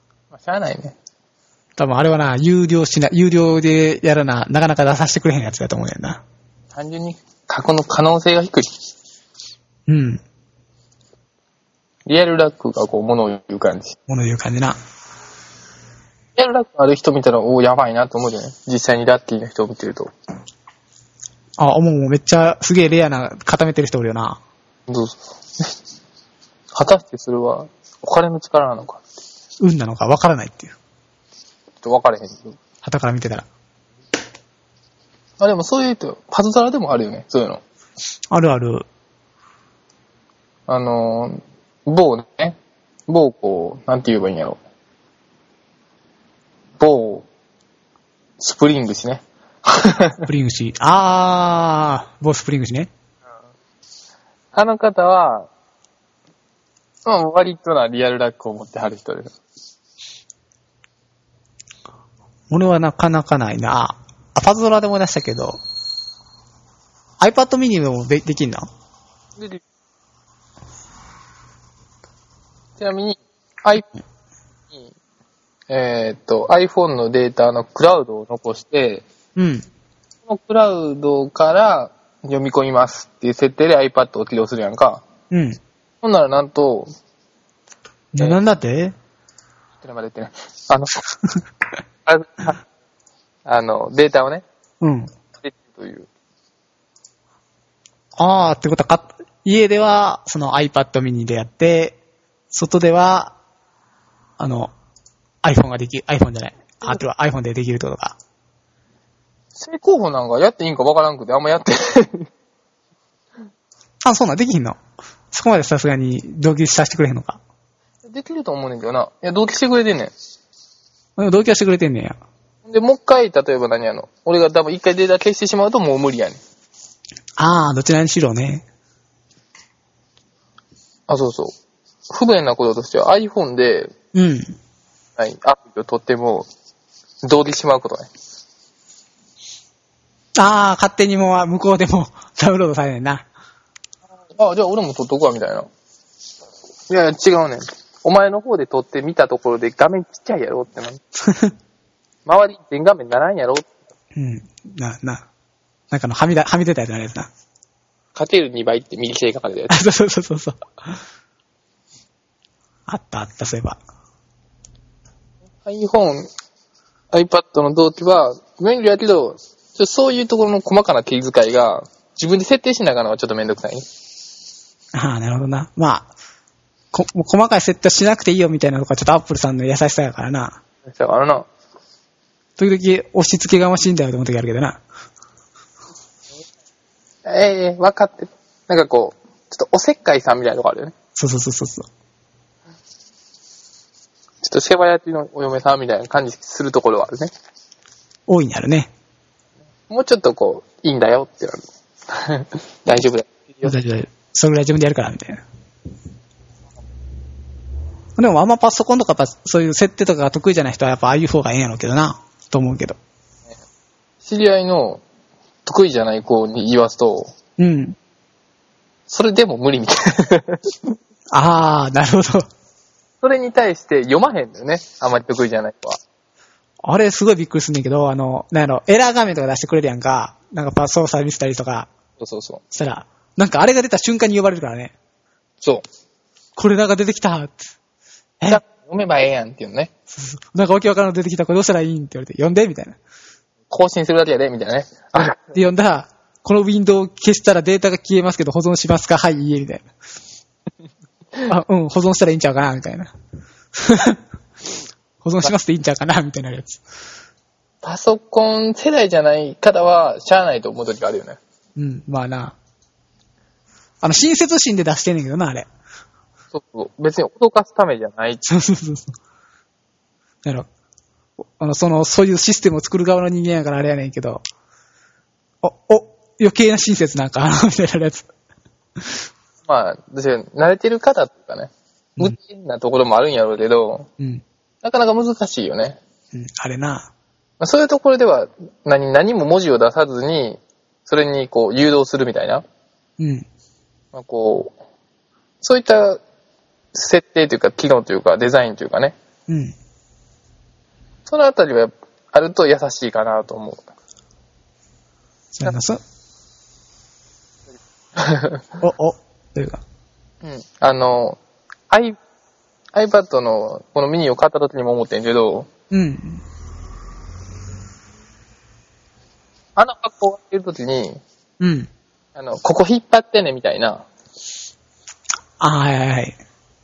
しゃあないね。 多分あれはな、有料しな、有料でやらな、なかなか出させてくれへんやつだと思うねんな。 単純に過去の可能性が低い。 うん。 リアルラックがこう、物を言う感じ。 物言う感じな。 リアルラックある人見たら、おー、やばいなと思うじゃない？実際にラッキーの人を見てると。 あ、もうめっちゃすげえレアな固めてる人おるよな。 どうぞ。果たしてそれは、お金の力なのか。 運なのか分からないっていう。 ちょっと分かれへんけど。 旗から見てたら。 あ、でもそういうと、パズドラでもあるよね、そういうの。 あるある。 あのー、某ね、某こう、なんて言えばいいんやろ。某、スプリングスね。 スプリングシ。あー、ボスプリングシね。 あの方は、まあ、割となリアルラックを持ってはる人です。 俺はなかなかないな。あ、パズドラでも出したけど、iPad mini でもでできんの？ でちなみに、iPhone に、えーっと、iPhone のデータのクラウドを残して、 うん。 そのクラウドから読み込みますっていう設定で iPad を起動するやんか。 うん。 ほんならなんと、 な、なんだってちょっとまで言ってない。あの、ああの、データをね、 うん。 でという。 あー、ってことはか、家ではその iPad mini でやって、外では、あの、iPhone ができる、iPhone じゃない。あ、あとは iPhone でできるってことか。 正攻法なんかやっていいんかわからんくてあんまやってない。 あ、そうなん、できひんの？そこまでさすがに同期させてくれへんのか。 できると思うねんけどな。いや、同期してくれてんねん。 同期はしてくれてんねんや。 で、もう一回、例えば何やの。俺が多分一回データ消してしまうともう無理やねん。 あー、どちらにしろね。 あ、そうそう。不便なこととしては iPhone で、 うん。 はい、アプリを取っても、同期しまうことね。 あー、勝手にもう向こうでもダウンロードされねんな。 あ、じゃあ俺も取っとくわ、みたいな。いやいや、違うねん。お前の方で撮ってみたところで画面ちっちゃいやろってな。周り全画面ならんやろ。 うん。な、な。なんかの、はみだ、はみ出たやつのやつな。 かけるにばいって右下に書かれたやつ。 そうそうそうそう。あったあった、そういえば。 iPhone、iPad の同期は便利やけど、ちょそういうところの細かな気遣いが自分で設定しながらのはちょっとめんどくさいね。 ああ、なるほどな。まあ、こ、もう細かい設定しなくていいよみたいなとこはちょっとアップルさんの優しさやからな。 だからな。 時々押し付けがましいんだよと思う時あるけどな。 ええー、分かってる。なんかこう、ちょっとおせっかいさんみたいなとこあるよね。 そうそうそうそうそう。 ちょっと世話焼きのお嫁さんみたいな感じするところはあるね。 大いにあるね。 もうちょっとこう、いいんだよってなる。大丈夫だよ。 大丈夫大丈夫。それぐらい自分でやるからみたいな。でもあんまパソコンとかやっぱそういう設定とかが得意じゃない人はやっぱああいう方がええんやろうけどな。と思うけど。 知り合いの得意じゃない子に言わすと、 うん。 それでも無理みたいな。 ああ、なるほど。 それに対して読まへんのよね。あまり得意じゃない子は。 あれすごいびっくりすんねんけど、あの、なんやろ、エラー画面とか出してくれるやんか。なんかパス操作ミスったりとかそうそうそう。 したら、なんかあれが出た瞬間に呼ばれるからね。 そう。 これなんか出てきたって。え読めばええやんっていうのね。 そうそうなんかわけわからんの出てきた。これどうしたらいいんって言われて、読んでみたいな。 更新するだけやで、みたいなね。ある。 で、読んだら、このウィンドウを消したらデータが消えますけど保存しますかはい、いいえ、みたいな。あ、うん、保存したらいいんちゃうかなみたいな。保存しますでいいんちゃうかなみたいなやつ。 パソコン世代じゃない方は、しゃあないと思う時があるよね。 うん、まあな。あの、親切心で出してんねんけどな、あれ。 そうそう。別に脅かすためじゃない。 そうそうそうそう。だから、あの、その、そういうシステムを作る側の人間やからあれやねんけど、お、お、余計な親切なんか、みたいなやつ。 まあ、私は慣れてる方とかね、無知なところもあるんやろうけど、 うん。 なかなか難しいよね。 うん、あれな。 まあ、そういうところでは何、何も文字を出さずに、それにこう誘導するみたいな。 うん。 まあ、こう、そういった設定というか、機能というか、デザインというかね、 うん。 そのあたりはあると優しいかなと思う。 そうやな、そ、お、お、というか。 うん。あの、I、iPad のこのミニを買った時にも思ってんけど、 うん。 あの格好を開ける時に、 うん。 あの、ここ引っ張ってねみたいな。 あ、はいはいはい。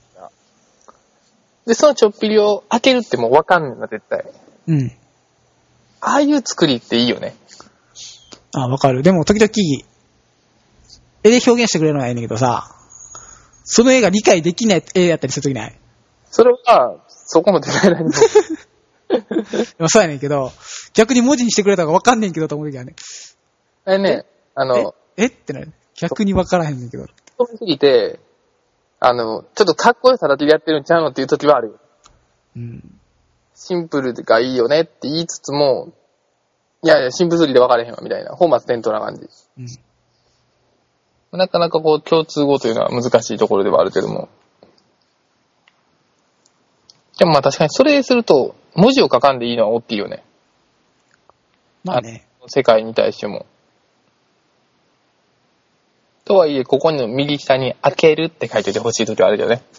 で、そのちょっぴりを開けるってもうわかんねんな、絶対。 うん。 ああいう作りっていいよね。 あ、わかる。でも時々、絵で表現してくれるのがいいんだけどさ、その絵が理解できない絵だったりするときない？ それは、そこのデザイナーにも。 でもそうやねんけど、逆に文字にしてくれた方がわかんねんけどと思うときはね。 あれね、あの、 ええってなる。逆にわからへんねんけど。 飛びすぎて、あの、ちょっとかっこよさだけでやってるんちゃうのっていう時はあるよ。 うん。 シンプルがいいよねって言いつつも、いやいや、シンプルすぎて分かれへんわ、みたいな。本末転倒な感じ。 うん。 なかなかこう、共通語というのは難しいところではあるけども。でもまあ確かにそれすると、文字を書かんでいいのは大きいよね。 まあね。 あ世界に対しても。とはいえ、ここの右下に開けるって書いておいてほしいときはあるけどね。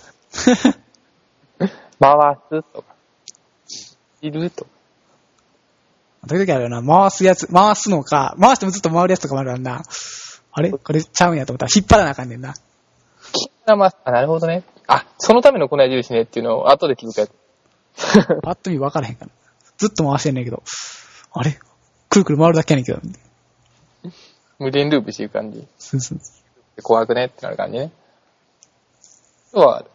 回すとか。いるとか。 時々あるよな、回すやつ、回すのか、回してもずっと回るやつとかもあるからな。あれこれちゃうんやと思ったら引っ張らなあかんねんな。 あ、なるほどね。あ、そのための粉矢印ねっていうのを後で気づくやつ。 パッと見分からへんから。ずっと回してんねんけど。あれくるくる回るだけやねんけど。 無限ループしていく感じ。 そうそうそう。 怖くねってなる感じね。とはある。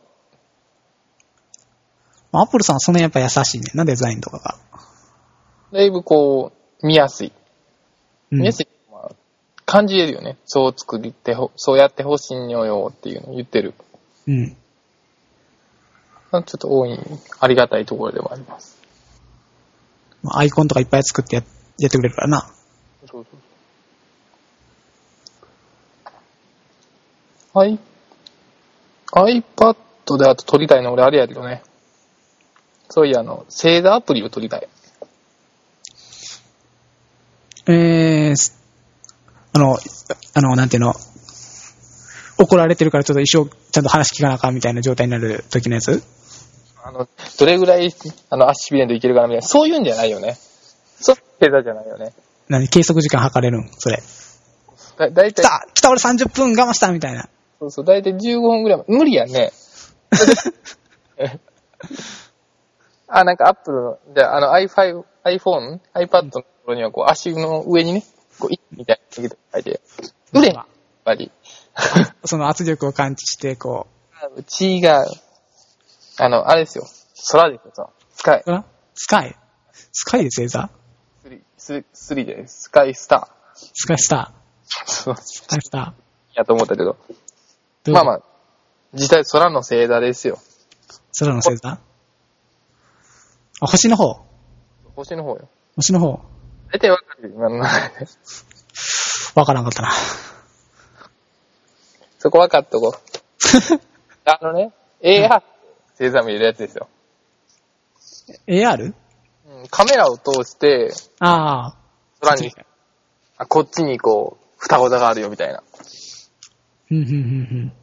アップルさんはその辺やっぱ優しいねんな、デザインとかが。 だいぶこう、見やすい。 うん、 見やすい。まあ、感じれるよね。そう作ってほ、そうやってほしいんよっていうのを言ってる。 うん。 ちょっと多い、ありがたいところではあります。 アイコンとかいっぱい作ってや、やってくれるからな。 そうそうそう。はい。iPad であと撮りたいの俺あれやけどね。そういや、あの、星座アプリを撮りたい。 えー、あの、あの、なんていうの、怒られてるからちょっと一生ちゃんと話聞かなあかんみたいな状態になる時のやつ？ あの、どれぐらい、あの、足しびれんといけるかなみたいな、そういうんじゃないよね。そう、星座じゃないよね。 何、計測時間測れるんそれ。 だ、だいたい。 来た来た俺さんじゅっぷん我慢したみたいな。 そうそう、だいたいじゅうごふんぐらい。無理やね。あ、なんかアップルの、じゃあ、あの アイファイブ、iPhone、iPad のところにはこう足の上にね、こう、いみたいな書いて、うれん、やっぱり。 その圧力を感知して、こう。違う。あの、あれですよ。空ですよ、さ。スカイ。 スカイスカイで星座スリー、ス、スリーで、スカイスター。 スカイスター。そう。 スカイスター。 やと思ったけど。まあまあ、実際空の星座ですよ。 空の星座あ、星の方星の方よ。 星の方大体わかるよ、今の中で。 わからんかったな。 そこわかっとこう。あのね、エーアール 星座見れるやつですよ。 エーアール？ うん、カメラを通して、 ああ。 空に、あ、こっちにこう、双子座があるよみたいな。 ふんふんふんふん。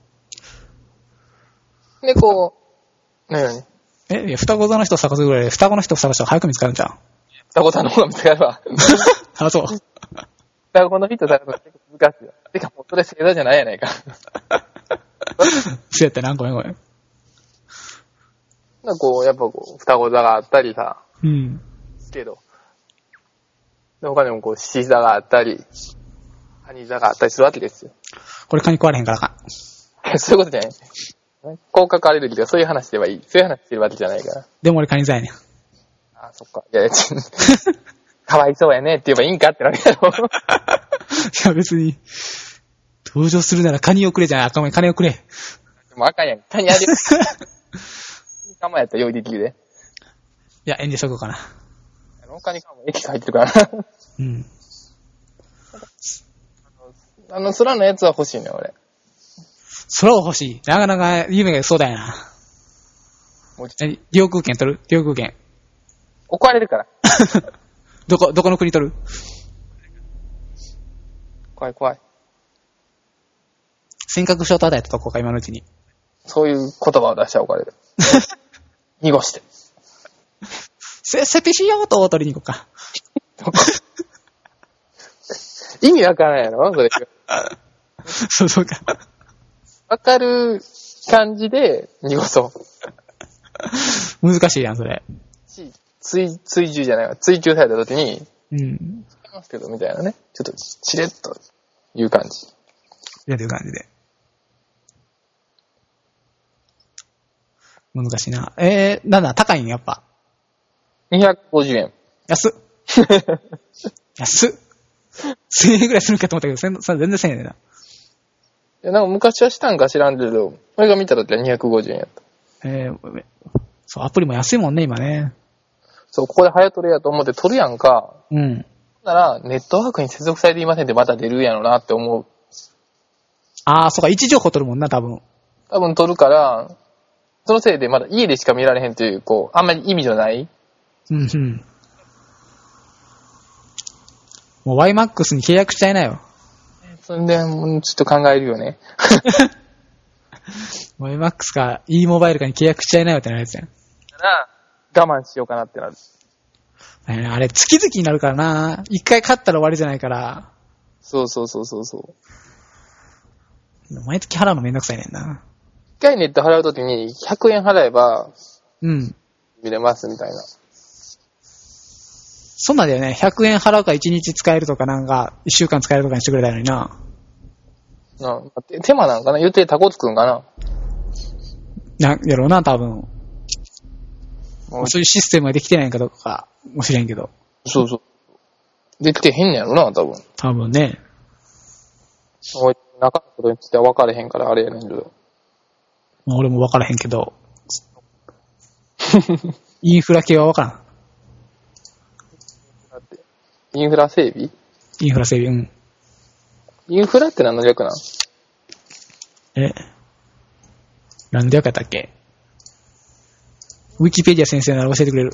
で、こう、なになにえ、いや、双子座の人を探すぐらいで、双子の人を探したら早く見つかるんじゃん。 双子座の方が見つかるわ。 あ、そう。 双子の人探すの結構難しいよ。てかもうそれ星座じゃないやないか。 そうやったな、ごめんごめん。 なんかこう、やっぱこう、双子座があったりさ。 うん。 けど。で、他にもこう、獅子座があったり、蟹座があったりするわけですよ。 これ蚊に食われへんからあかん。 そういうことじゃない。甲殻アレルギーとかそういう話ではいい。そういう話してるわけじゃないから。 でも俺蚊に座やねん。 あ、そっか。いやいや、かわいそうやねって言えばいいんかってなるやろ。 いや別に、登場するならカニをくれじゃない。赤米金をくれ。 でもあかんやん。カニあげる。カマやったら用意できるで。 いや、遠慮しとこうかな。 他にカマ液入ってるからな。 うん。 あの、空のやつは欲しいね、俺。 空を欲しい。なかなか夢がそうだよな。 もうえ領空権取る領空権。 怒られるから。 どこ、どこの国取る？ 怖い怖い。 尖閣諸島与えたとこか、今のうちに。 そういう言葉を出しちゃおうか、あれで。濁して。 せ、セピシヨートを取りに行こうか。 意味わからないやろそれ。 そうそうか。 わかる感じで濁そう。 難しいやん、それ。 追、追従じゃないわ。追求された時に、 うん。 聞きますけど、みたいなね。ちょっと、しれっという感じ。 やってる感じで。難しいな。えー、なんだ、高いんやっぱ。 にひゃくごじゅうえん。 安っ。安っ。せんえんぐらいするかと思ったけど、せん全然せんえんやねんな。 いや、なんか昔はしたんか知らんけど、俺が見た時はにひゃくごじゅうえんやった。 えー、そう、アプリも安いもんね、今ね。 そう、ここで早取れやと思って取るやんか。 うん。 なら、ネットワークに接続されていませんってまた出るやろなって思う。 あー、そうか、位置情報取るもんな、多分。 多分取るから、そのせいでまだ家でしか見られへんという、こう、あんまり意味じゃない。 うんうん。もう ワイマックス に契約しちゃいなよ。 それで、もうちょっと考えるよね。 ワイマックス か e モバイルかに契約しちゃいなよってなるやつやん。 だから我慢しようかなってなる。 あれ、月々になるからな。一回買ったら終わりじゃないから。 そうそうそうそうそう。 毎月払うのめんどくさいねんな。 一回ネット払うときにひゃくえん払えば、 うん。 見れますみたいな。 そんなんだよね。ひゃくえん払うかいちにち使えるとかなんか、いっしゅうかん使えるとかにしてくれたのにな。 な手間なんかな言ってタコつくんかなな、やろうな、多分。そういうシステムができてないんかどうかもしれんけど。 そうそう。できてへんねやろな、多分。 多分ね。 俺、中のことについては分かれへんからあれやねんけど。 まあ、俺も分からへんけど。インフラ系は分からん。 インフラ整備インフラ整備、うん。 インフラって何の略なん？ え何の略やったっけ？ウィキペディア先生なら教えてくれる。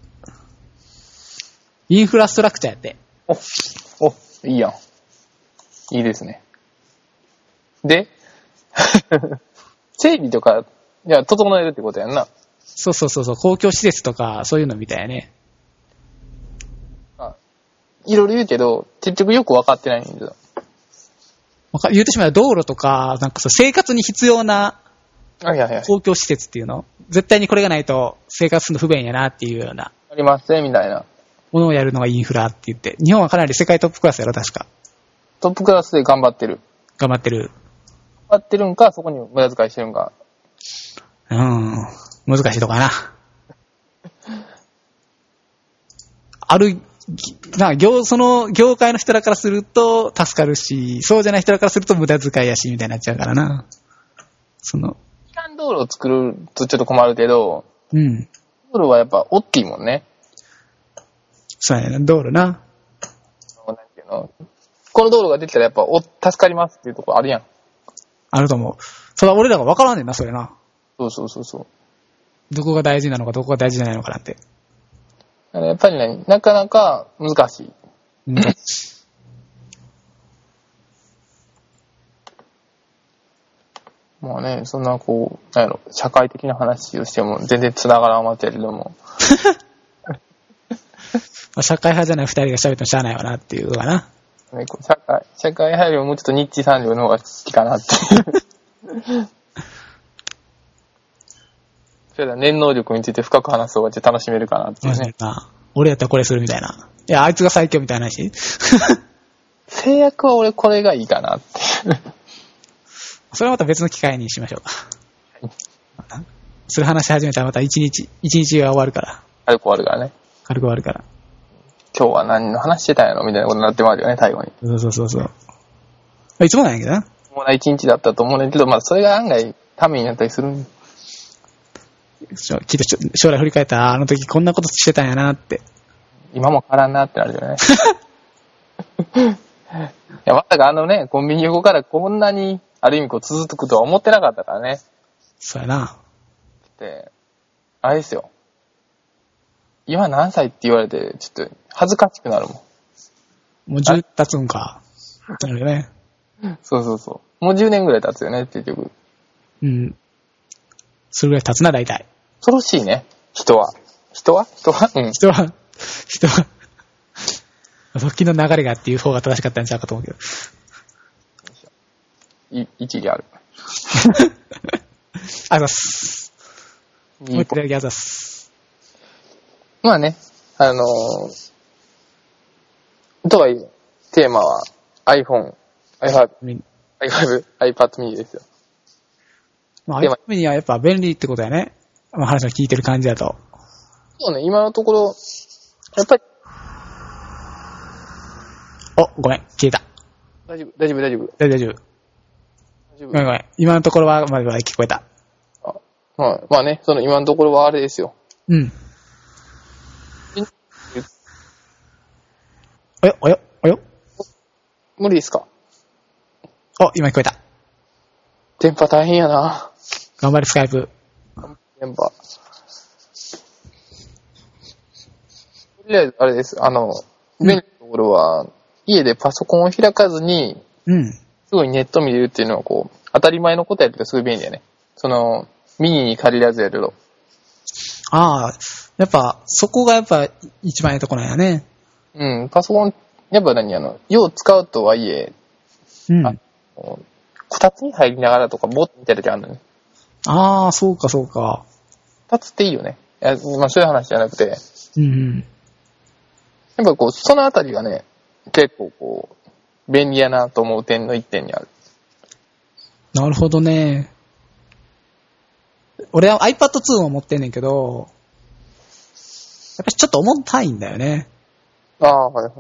インフラストラクチャーやって。 お、お、いいやん。いいですね。で整備とか、いや、整えるってことやんな。 そうそうそうそう、公共施設とか、そういうのみたいやね。 あ、いろいろ言うけど、結局よく分かってないんだよ。 言うてしまえば道路とか、なんかそう生活に必要なはいはいはい。 公共施設っていうの絶対にこれがないと生活するの不便やなっていうようなありますね、みたいな。 ものをやるのがインフラって言って、日本はかなり世界トップクラスやろ、確か。 トップクラスで頑張ってる。 頑張ってる。 頑張ってるんか、そこに無駄遣いしてるんか。 うーん、難しいとこやな。ある、な業、その業界の人らからすると助かるし、そうじゃない人らからすると無駄遣いやし、みたいになっちゃうからな。その。 基幹道路を作るとちょっと困るけど、 うん。 道路はやっぱ大きいもんね。 そうやな、道路な。 なんていうの、この道路ができたらやっぱお助かりますっていうところあるやん。 あると思う。ただ俺らが分からんねんな、それな。 そうそうそうそう。 どこが大事なのか、どこが大事じゃないのかなんて。 やっぱりね、なかなか難しい。 難しい。 まあね、そんなこう、なんやろ、社会的な話をしても全然繋がらんわけやけども。 まあ、社会派じゃない二人が喋ってもしゃあないわなっていうのかな。 ね、こう社会、社会派よりももうちょっとニッチ産業の方が好きかなっていう。それら念能力について深く話す方が楽しめるかなっていうね。 俺やったらこれするみたいな。いや、あいつが最強みたいな話。 制約は俺これがいいかなっていう。 それはまた別の機会にしましょうか。はい、それ話し始めたらまた一日、一日が終わるから。 軽く終わるからね。 軽く終わるから。 今日は何の話してたんやろみたいなことになってまうよね、最後に。 そうそうそうそう。いつもなんやけどな。 もうな一日だったと思うんだけど、まあそれが案外ためになったりする。 きっと将来振り返ったら、あの時こんなことしてたんやなって。 今も変わらんなってなるよね。いや、まさかあのね、コンビニ横からこんなに、ある意味こう続くとは思ってなかったからね。 そうやな。 で、あれですよ。 今何歳って言われて、ちょっと恥ずかしくなるもん。 もうじゅう経つんか。なるよね。 そうそうそう。もうじゅうねんぐらい経つよね、結局。 うん。それぐらい経つな、大体。 恐ろしいね、人は。人は人はうん。 人は、人は、時の流れがっていう方が正しかったんちゃうかと思うけど。 い、一理ある。 あざっす。 いいもう一回だけあざっす。 まあね、あのー、とはいえ、テーマは iPhone、iPad、iPad、iPad mini ですよ。 まあ、iPad mini はやっぱ便利ってことやね。まあ、話を聞いてる感じだと。 そうね、今のところ、やっぱり、 お、ごめん、消えた。 大丈夫、大丈夫、大丈夫。 大丈夫。 大丈夫。 ごめんごめん。今のところはまだ聞こえた。 あ、まあ、まあね、その今のところはあれですよ。 うん。およ、およ、およ。 無理ですか？ お、今聞こえた。 電波大変やな。 頑張れ、スカイプ。 電波。とりあえず、あれです。あの、便利なところは、家でパソコンを開かずに、 うん。 すごいネット見れるっていうのは、こう、当たり前のことやけど、すごい便利だね。その、ミニに借りらずやけど。 ああ、やっぱ、そこがやっぱ一番いいとこなんやね。 うん、パソコン、やっぱ何、あの、よう使うとはいえ、 うん。 あこたつに入りながらとか、ボッみたいな時あるのね。 ああ、そうかそうか。 こたつっていいよね。いや、まあそういう話じゃなくて、 うんうん。 やっぱこう、そのあたりがね、結構こう、便利やなと思う点の一点にある。 なるほどね。俺は アイパッドツー を持ってんねんけど、やっぱりちょっと重たいんだよね。 ああ、はいはい。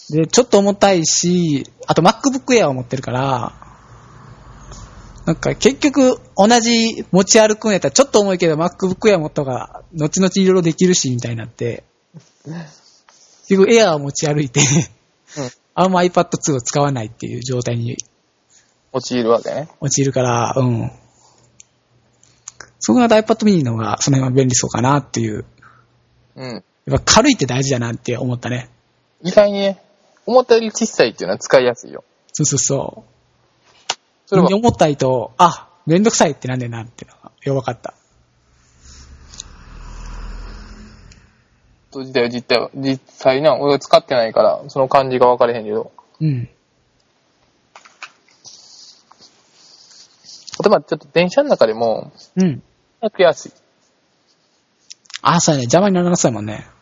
で、ちょっと重たいし、あと MacBook Air を持ってるから、なんか結局同じ持ち歩くんやったらちょっと重いけど MacBook Air 持った方が後々いろいろできるしみたいになって、結局 Air を持ち歩いて、うん、あんま アイパッドツー を使わないっていう状態に陥るわけね。 陥るから、うん。そこが iPad mini の方がその辺は便利そうかなっていう。 うん。 やっぱ軽いって大事だなって思ったね。 意外にね、思ったより小さいっていうのは使いやすいよ。 そうそうそう。 それは思ったと、あ、めんどくさいってなんでなっていうのがよくわかった。 実際は実際は、実際な、俺は使ってないから、その感じが分かれへんけど。 うん。例えばちょっと電車の中でも、 うん。 やりやすい。 あ、そうやね。邪魔にならなそうやもんね。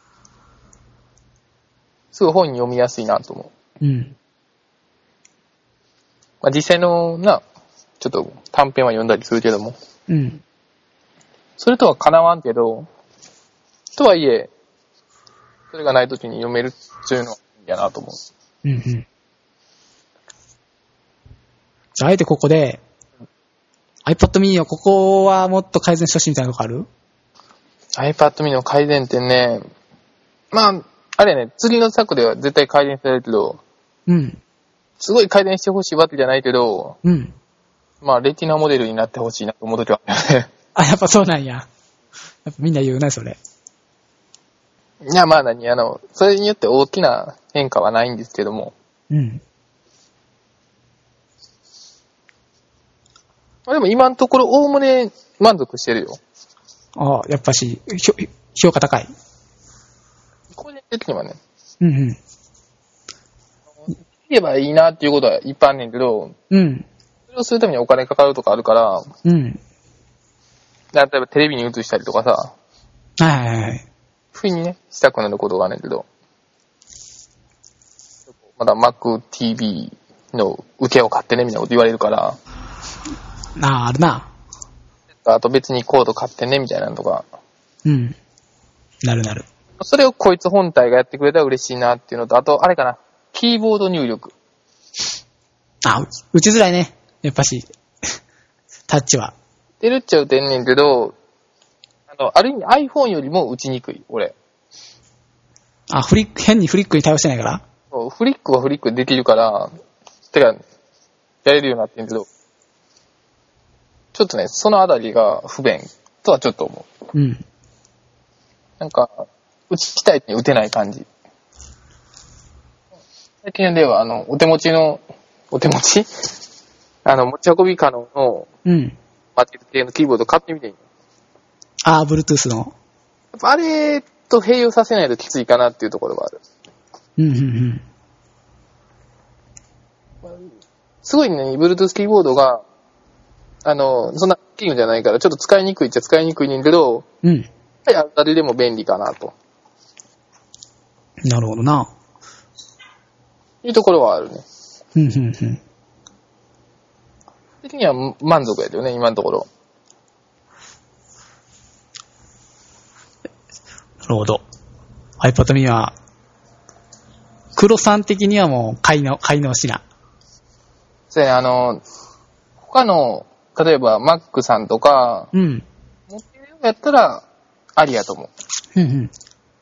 すぐ本読みやすいなと思う。うん。 まあ実際のな、ちょっと短編は読んだりするけども。 うん。 それとは叶わんけど、とはいえ、それがないときに読めるっていうのはいいんやなと思う。 うんうん。じゃあ、あえてここで、iPad mini をここはもっと改善してほしいみたいなとこある？ iPad mini の改善点ね、まあ、あれね、次の作では絶対改善されるけど、 うん。 すごい改善してほしいわけじゃないけど、 うん。 まあ、レティナモデルになってほしいなと思うときはあるよね。 あ、やっぱそうなんや。やっぱみんな言うな、それ。 いや、まあ何、あの、それによって大きな変化はないんですけども。 うん。 まあでも今のところ、おおむね満足してるよ。 ああ、やっぱし、評価高い。 個人的にはね。 うんうん。 言えばいいなっていうことはいっぱいあんねんけど、 うん。 それをするためにお金かかるとかあるから、 うん。 例えばテレビに映したりとかさ、 はいはいはい。 不意にね、したくなることがあるんだけど、まだ Mac ティーブイ の受けを買ってねみたいなこと言われるから、 ああ、あるな。 あと別にコード買ってねみたいなのとか、 うん。なるなる。 それをこいつ本体がやってくれたら嬉しいなっていうのと、あとあれかな、キーボード入力。 あ、打ちづらいね。やっぱし。タッチは。 出るっちゃ打てんねんけど、あの、ある意味 iPhone よりも打ちにくい、俺。 あ、フリック、変にフリックに対応してないからそうフリックはフリックできるから、てか、やれるようになってんけど、ちょっとね、そのあたりが不便とはちょっと思う。うん。 なんか、打ちたいに打てない感じ。最近の例は、あの、お手持ちの、お手持ちあの、持ち運び可能の、 うん。 マティル系のキーボード買ってみていい？ ああ、Bluetooth の。 やっぱあれと併用させないときついかなっていうところがある。 うんうんうん。 すごいね、Bluetooth キーボードが、あの、そんな大きいのじゃないから、ちょっと使いにくいっちゃ使いにくいねんけど、 うん。 やっぱり誰でも便利かなと。 なるほどな。 いうところはあるね。 うんうんうん。 的には満足やけどね、今のところ。 なるほど。iPad mini は、黒さん的にはもう買いの、買いの品。 そうやね、あの、他の、例えば Mac さんとか、 うん。 持ってるようやったら、ありやと思う。 うんうん。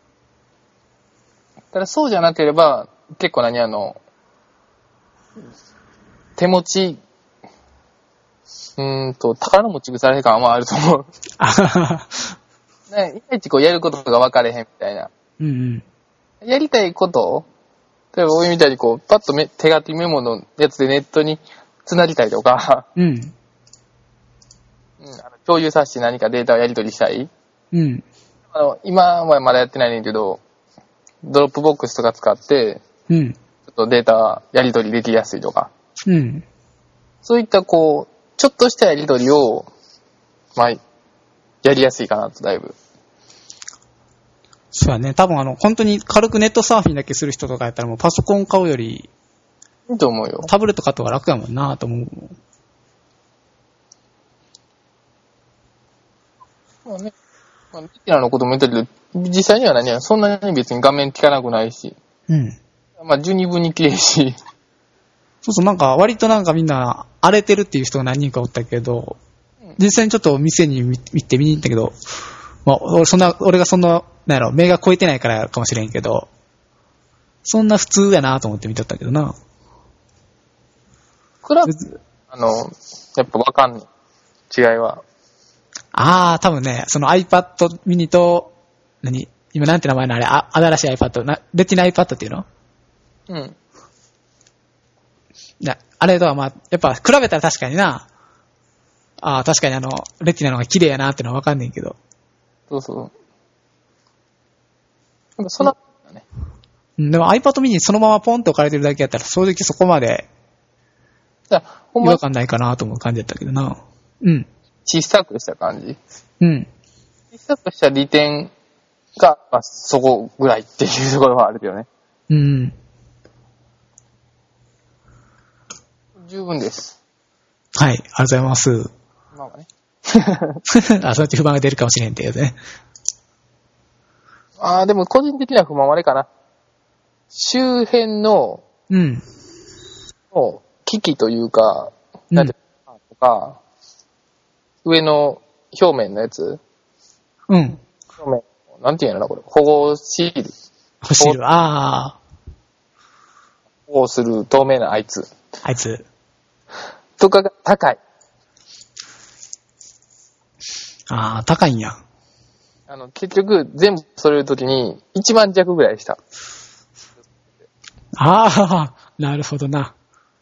ただそうじゃなければ、結構何あの、手持ち、うーんと、宝の持ち腐れ感はあると思う。 あはは。 ね、いまいちこうやることが分かれへんみたいな。 うんうん。 やりたいこと例えば俺みたいにこう、パッとめ手書きメモのやつでネットに繋ぎたいとか、 うん。 うん、あの共有させて何かデータをやり取りしたい。 うん。 あの今はまだやってないねんけど、ドロップボックスとか使って、 うん。 ちょっとデータやり取りできやすいとか。 うん。 そういったこう、ちょっとしたやり取りを、まあ、やりやすいかなと、だいぶ。 そうだね。多分あの、本当に軽くネットサーフィンだけする人とかやったらもうパソコン買うより、 いいと思うよ。 タブレット買った方が楽やもんなと思う。 まあね、まあ、ミキナのことも言ったけど、実際には何や、そんなに別に画面効かなくないし、 うん。 まあ十二分に綺麗し、 そうそう、なんか割となんかみんな荒れてるっていう人が何人かおったけど、実際にちょっと店に見て見に行ったけど、まあ、俺そんな、俺がそんな、なんやろ、目が超えてないからかもしれんけど、そんな普通やなと思って見とったけどな。 クラブ、あの、やっぱわかんない。違いは。 あー、多分ね、その iPad mini と、何今なんて名前のあれ、あ新しい iPad、なレティナ iPad っていうの？ うん。 いや、あれとはまあ、やっぱ比べたら確かにな、ああ、確かにあの、レティナの方が綺麗やなってのはわかんねんけど。 そうそう。でもそんな、ね、 うん、でも iPad mini そのままポンって置かれてるだけやったら、正直そこまで違和感ないかなと思う感じだったけどな。うん。 小さくした感じ。 うん。 小さくした利点が、まあ、そこぐらいっていうところはあるけどね。 うん。 十分です。 はい、ありがとうございます。 まあね。 あ、そのうち不満が出るかもしれんっていうね。 ああ、でも個人的な不満はあれかな。周辺の、 うん。 の機器というか、 うん、 なんてとか、上の表面のやつ。 うん。 表面、なんていうのな、これ。保護シール。 保シール、ああ。 保護する透明なあいつ。 あいつ。 とかが高い。 ああ、高いんや。 あの、結局、全部揃えるときに、いちまん弱ぐらいした。 ああ、なるほどな。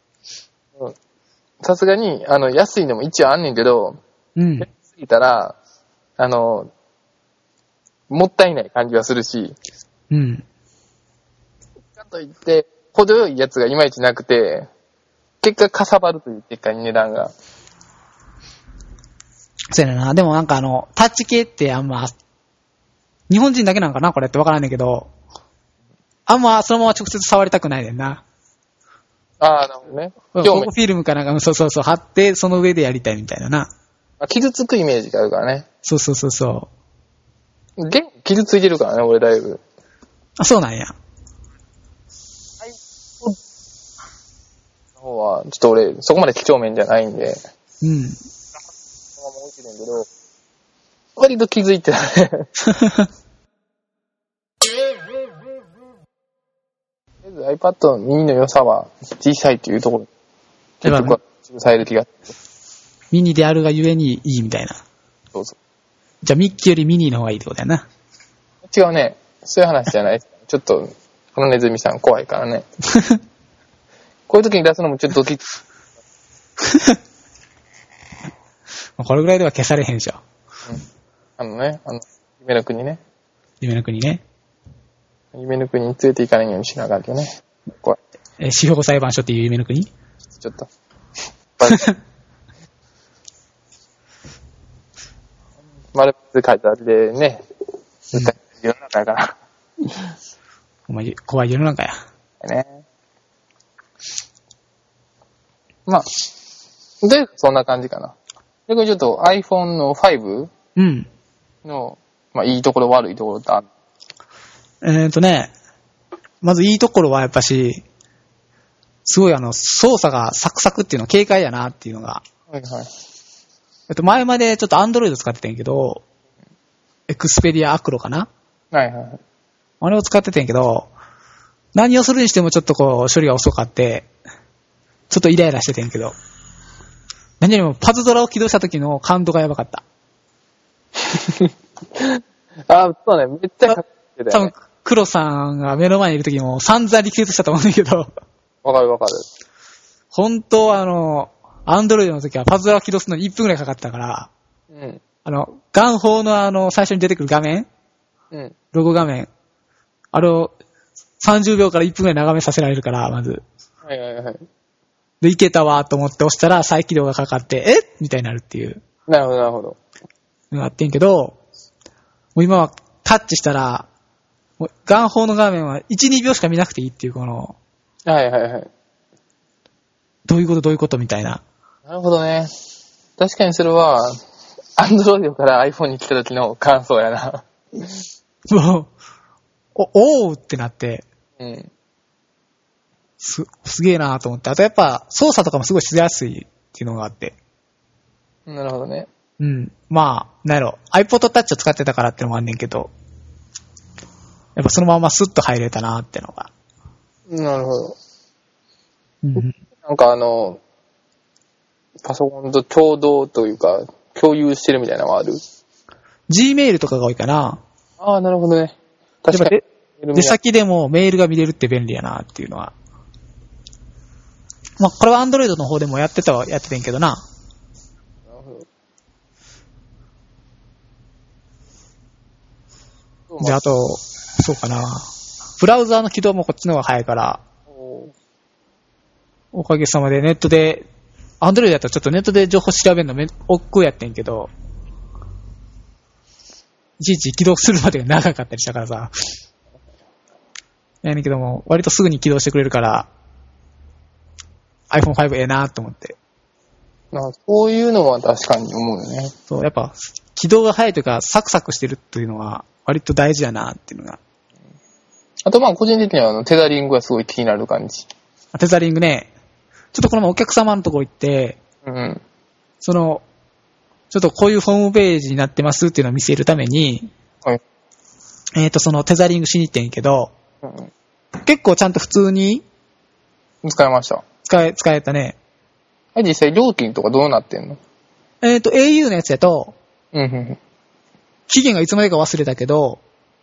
さすがに、あの、安いのも一応あんねんけど、 うん。 安すぎたら、あの、もったいない感じはするし、 うん。 かといって、程よいやつがいまいちなくて、結果かさばるという結果に値段が。 そうやな。でもなんかあの、タッチ系ってあんま、日本人だけなんかなこれってわからんねんけど、あんまそのまま直接触りたくないねんな。 ああ、なるほどね。 フィルムかなんか、そうそうそう、貼って、その上でやりたいみたいなな。 まあ、傷つくイメージがあるからね。 そうそうそうそう。 弦傷ついてるからね、俺だいぶ。 あ、そうなんや。 の方は、ちょっと俺、そこまで几帳面じゃないんで。 うん。 そのまま置いてるんけど、割と気づいてない。iPad mini の良さは小さいっていうところ。結局は抑える気が。 ミニであるがゆえにいいみたいな。 そうそう。 じゃあミッキーよりミニの方がいいってことやな。 違うね。そういう話じゃない。ちょっと、このネズミさん怖いからね。こういう時に出すのもちょっとドキッ。 これぐらいでは消されへんでしょ。 うん。あのね、あの、夢の国ね。 夢の国ね。 夢の国に連れて行かないようにしながらね。怖い。 え、司法裁判所っていう夢の国？ ちょっと。丸筆書いたあれでね、絶対世の中やから。 お前、怖い世の中や。 ね。まあ、で、そんな感じかな。で、これちょっと iPhone のファイブうん。 の、まあ、いいところ悪いところってある。 えーとね、まずいいところはやっぱし、すごいあの、操作がサクサクっていうの軽快やなっていうのが。 はいはい。 えっと、前までちょっと Android 使ってたんやけど、エクスペディアアクロかな？ はいはい。 あれを使ってたんやけど、何をするにしてもちょっとこう、処理が遅かって、ちょっとイライラしてたんやけど、何よりもパズドラを起動した時の感度がやばかった。 あ、そうね、めっちゃかってたよね。 多分、黒さんが目の前にいる時も散々リクエストしたと思うんだけど、 わかるわかる。 本当はあの、アンドロイドの時はパズドラを起動するのにいっぷんくらいかかったから、 うん。 あの、ガン砲のあの、最初に出てくる画面、 うん。 ロゴ画面、あれをさんじゅうびょうからいっぷんくらい眺めさせられるから、まず。 はいはいはい。 で、いけたわと思って押したら再起動がかかって、えみたいになるっていう。 なるほどなるほど。 のがあってんけど、もう今はタッチしたら、もうガン砲の画面はいち、にびょうしか見なくていいっていう、この、 はいはいはい。 どういうことどういうことみたいな。 なるほどね。確かにそれは、Android から iPhone に来た時の感想やな。 もう、お、おーってなって、 うん。 す、すげえなーと思って。あとやっぱ操作とかもすごいしやすいっていうのがあって。 なるほどね。 うん。まあ、なんやろ。iPod Touch を使ってたからってのもあんねんけど、やっぱそのままスッと入れたなーってのが。 なるほど。 うん。 なんかあの、パソコンと共同というか、共有してるみたいなのはある？ Gmail とかが多いかな。 ああ、なるほどね。確かに。 出先でもメールが見れるって便利やなっていうのは。まあ、これは Android の方でもやってたはやってたんやけどな。 なるほど。 で、あと、そうかな。ブラウザーの起動もこっちの方が早いから、おかげさまでネットで、Android だったらちょっとネットで情報調べるのめ億劫やってんけど、いちいち起動するまでが長かったりしたからさ。やねんけども、割とすぐに起動してくれるから、アイフォンファイブ ええなと思って。 なんかそういうのは確かに思うよね。 そう、やっぱ、起動が早いというか、サクサクしてるっていうのは、割と大事やなっていうのが。 あとまあ個人的にはあのテザリングがすごい気になる感じ。 テザリングね、ちょっとこの前お客様のところ行って、 うん。その、ちょっとこういうホームページになってますっていうのを見せるために、 はい。 えっと、そのテザリングしに行ってんけど、 うん、 結構ちゃんと普通に使いました。 使え、使えたね。 はい、実際料金とかどうなってんの？ えっと、エーユー のやつやと、 うん、うん。 期限がいつまでか忘れたけど、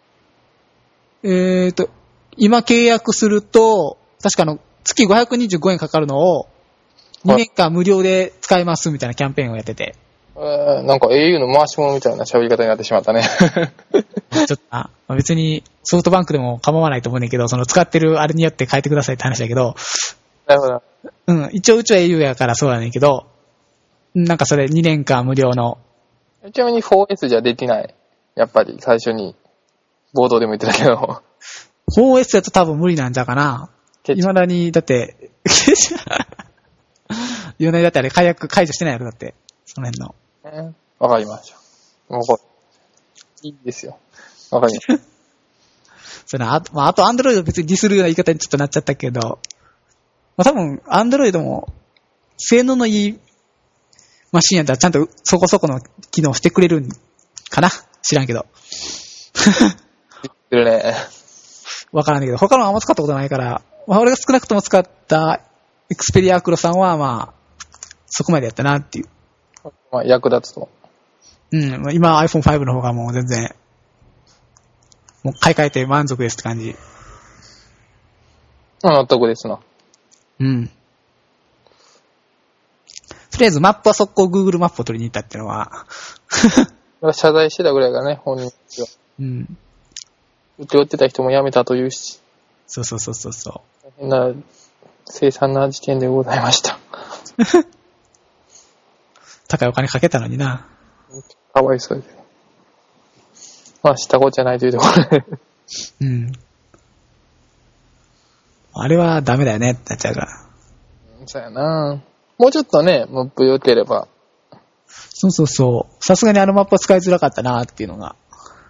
えっと、今契約すると、確かあの、月ごひゃくにじゅうごえんかかるのを、にねんかん無料で使えますみたいなキャンペーンをやってて。 えー、なんか エーユー の回し物みたいな喋り方になってしまったね。 ちょっとあ、別にソフトバンクでも構わないと思うねんけど、その使ってるあれによって変えてくださいって話だけど、 なるほど。 うん、一応うちは エーユー やからそうやねんけど、なんかそれにねんかん無料の。 ちなみに フォーエス じゃできない。やっぱり最初に、冒頭でも言ってたけど。 フォーエス だと多分無理なんじゃかな。未だに、だって、よねんだってあれ解約解除してないやろだって、その辺の。 わ、えー、かりました。もうこれ、いいんですよ。わかりました。 それあと、まあ、あと Android 別にディスるような言い方にちょっとなっちゃったけど、まあ多分 Android も性能のいいマシンやったらちゃんとそこそこの機能してくれるんかな、知らんけど。 言ってるね。 わからんけど、他のあんま使ったことないから、まあ俺が少なくとも使ったエクスペリアアクロさんはまあ、そこまでやったなっていう。 まあ役立つと。 うん、今 アイフォンファイブ の方がもう全然、 もう買い替えて満足ですって感じ。 あ、納得ですな。 うん。とりあえずマップは速攻 Google マップを取りに行ったっていうのは。 謝罪してたぐらいがね、本人は。 うん。 請け負ってた人も辞めたというし。 そうそうそうそうそう。 大変な、凄惨な事件でございました。 高いお金かけたのにな。 かわいそうで。まあ、したことじゃないというところで。 うん。あれはダメだよねってなっちゃうから。 そうやな。もうちょっとね、マップ良ければ。 そうそうそう。さすがにあのマップは使いづらかったなっていうのが。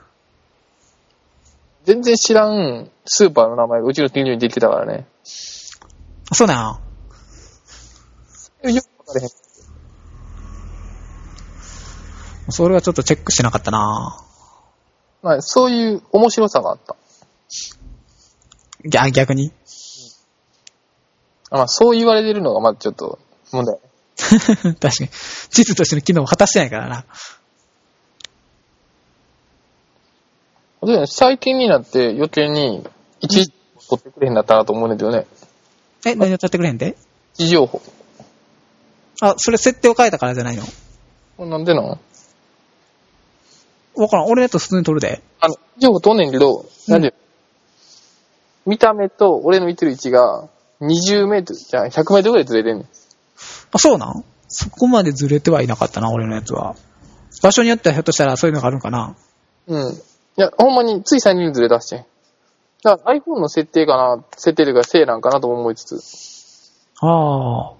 全然知らんスーパーの名前がうちの近所にできてたからね。 そうなん。 よくわかれへん。 それはちょっとチェックしてなかったな。 まあ、そういう面白さがあった。 逆逆にまあ、そう言われてるのがまずちょっと問題。 確かに。地図としての機能を果たしてないからな。 最近になって余計に位置取ってくれへんだったなと思うんだけどね。 え、何を取ってくれへんで？ 位置情報。 あ、それ設定を変えたからじゃないの？ なんでなの？ わからん。俺のやつ普通に取るで。 あの、位置情報取んねんけど、うん、なんで、見た目と俺の見てる位置がにじゅうメートル、じゃあひゃくメートルぐらいずれてんねん。 あ、そうなん？そこまでずれてはいなかったな、俺のやつは。場所によってはひょっとしたらそういうのがあるんかな。 うん。いや、ほんまについ最近ずれ出してん。だから iPhone の設定かな、設定というかせいなんかなと思いつつ。 ああ。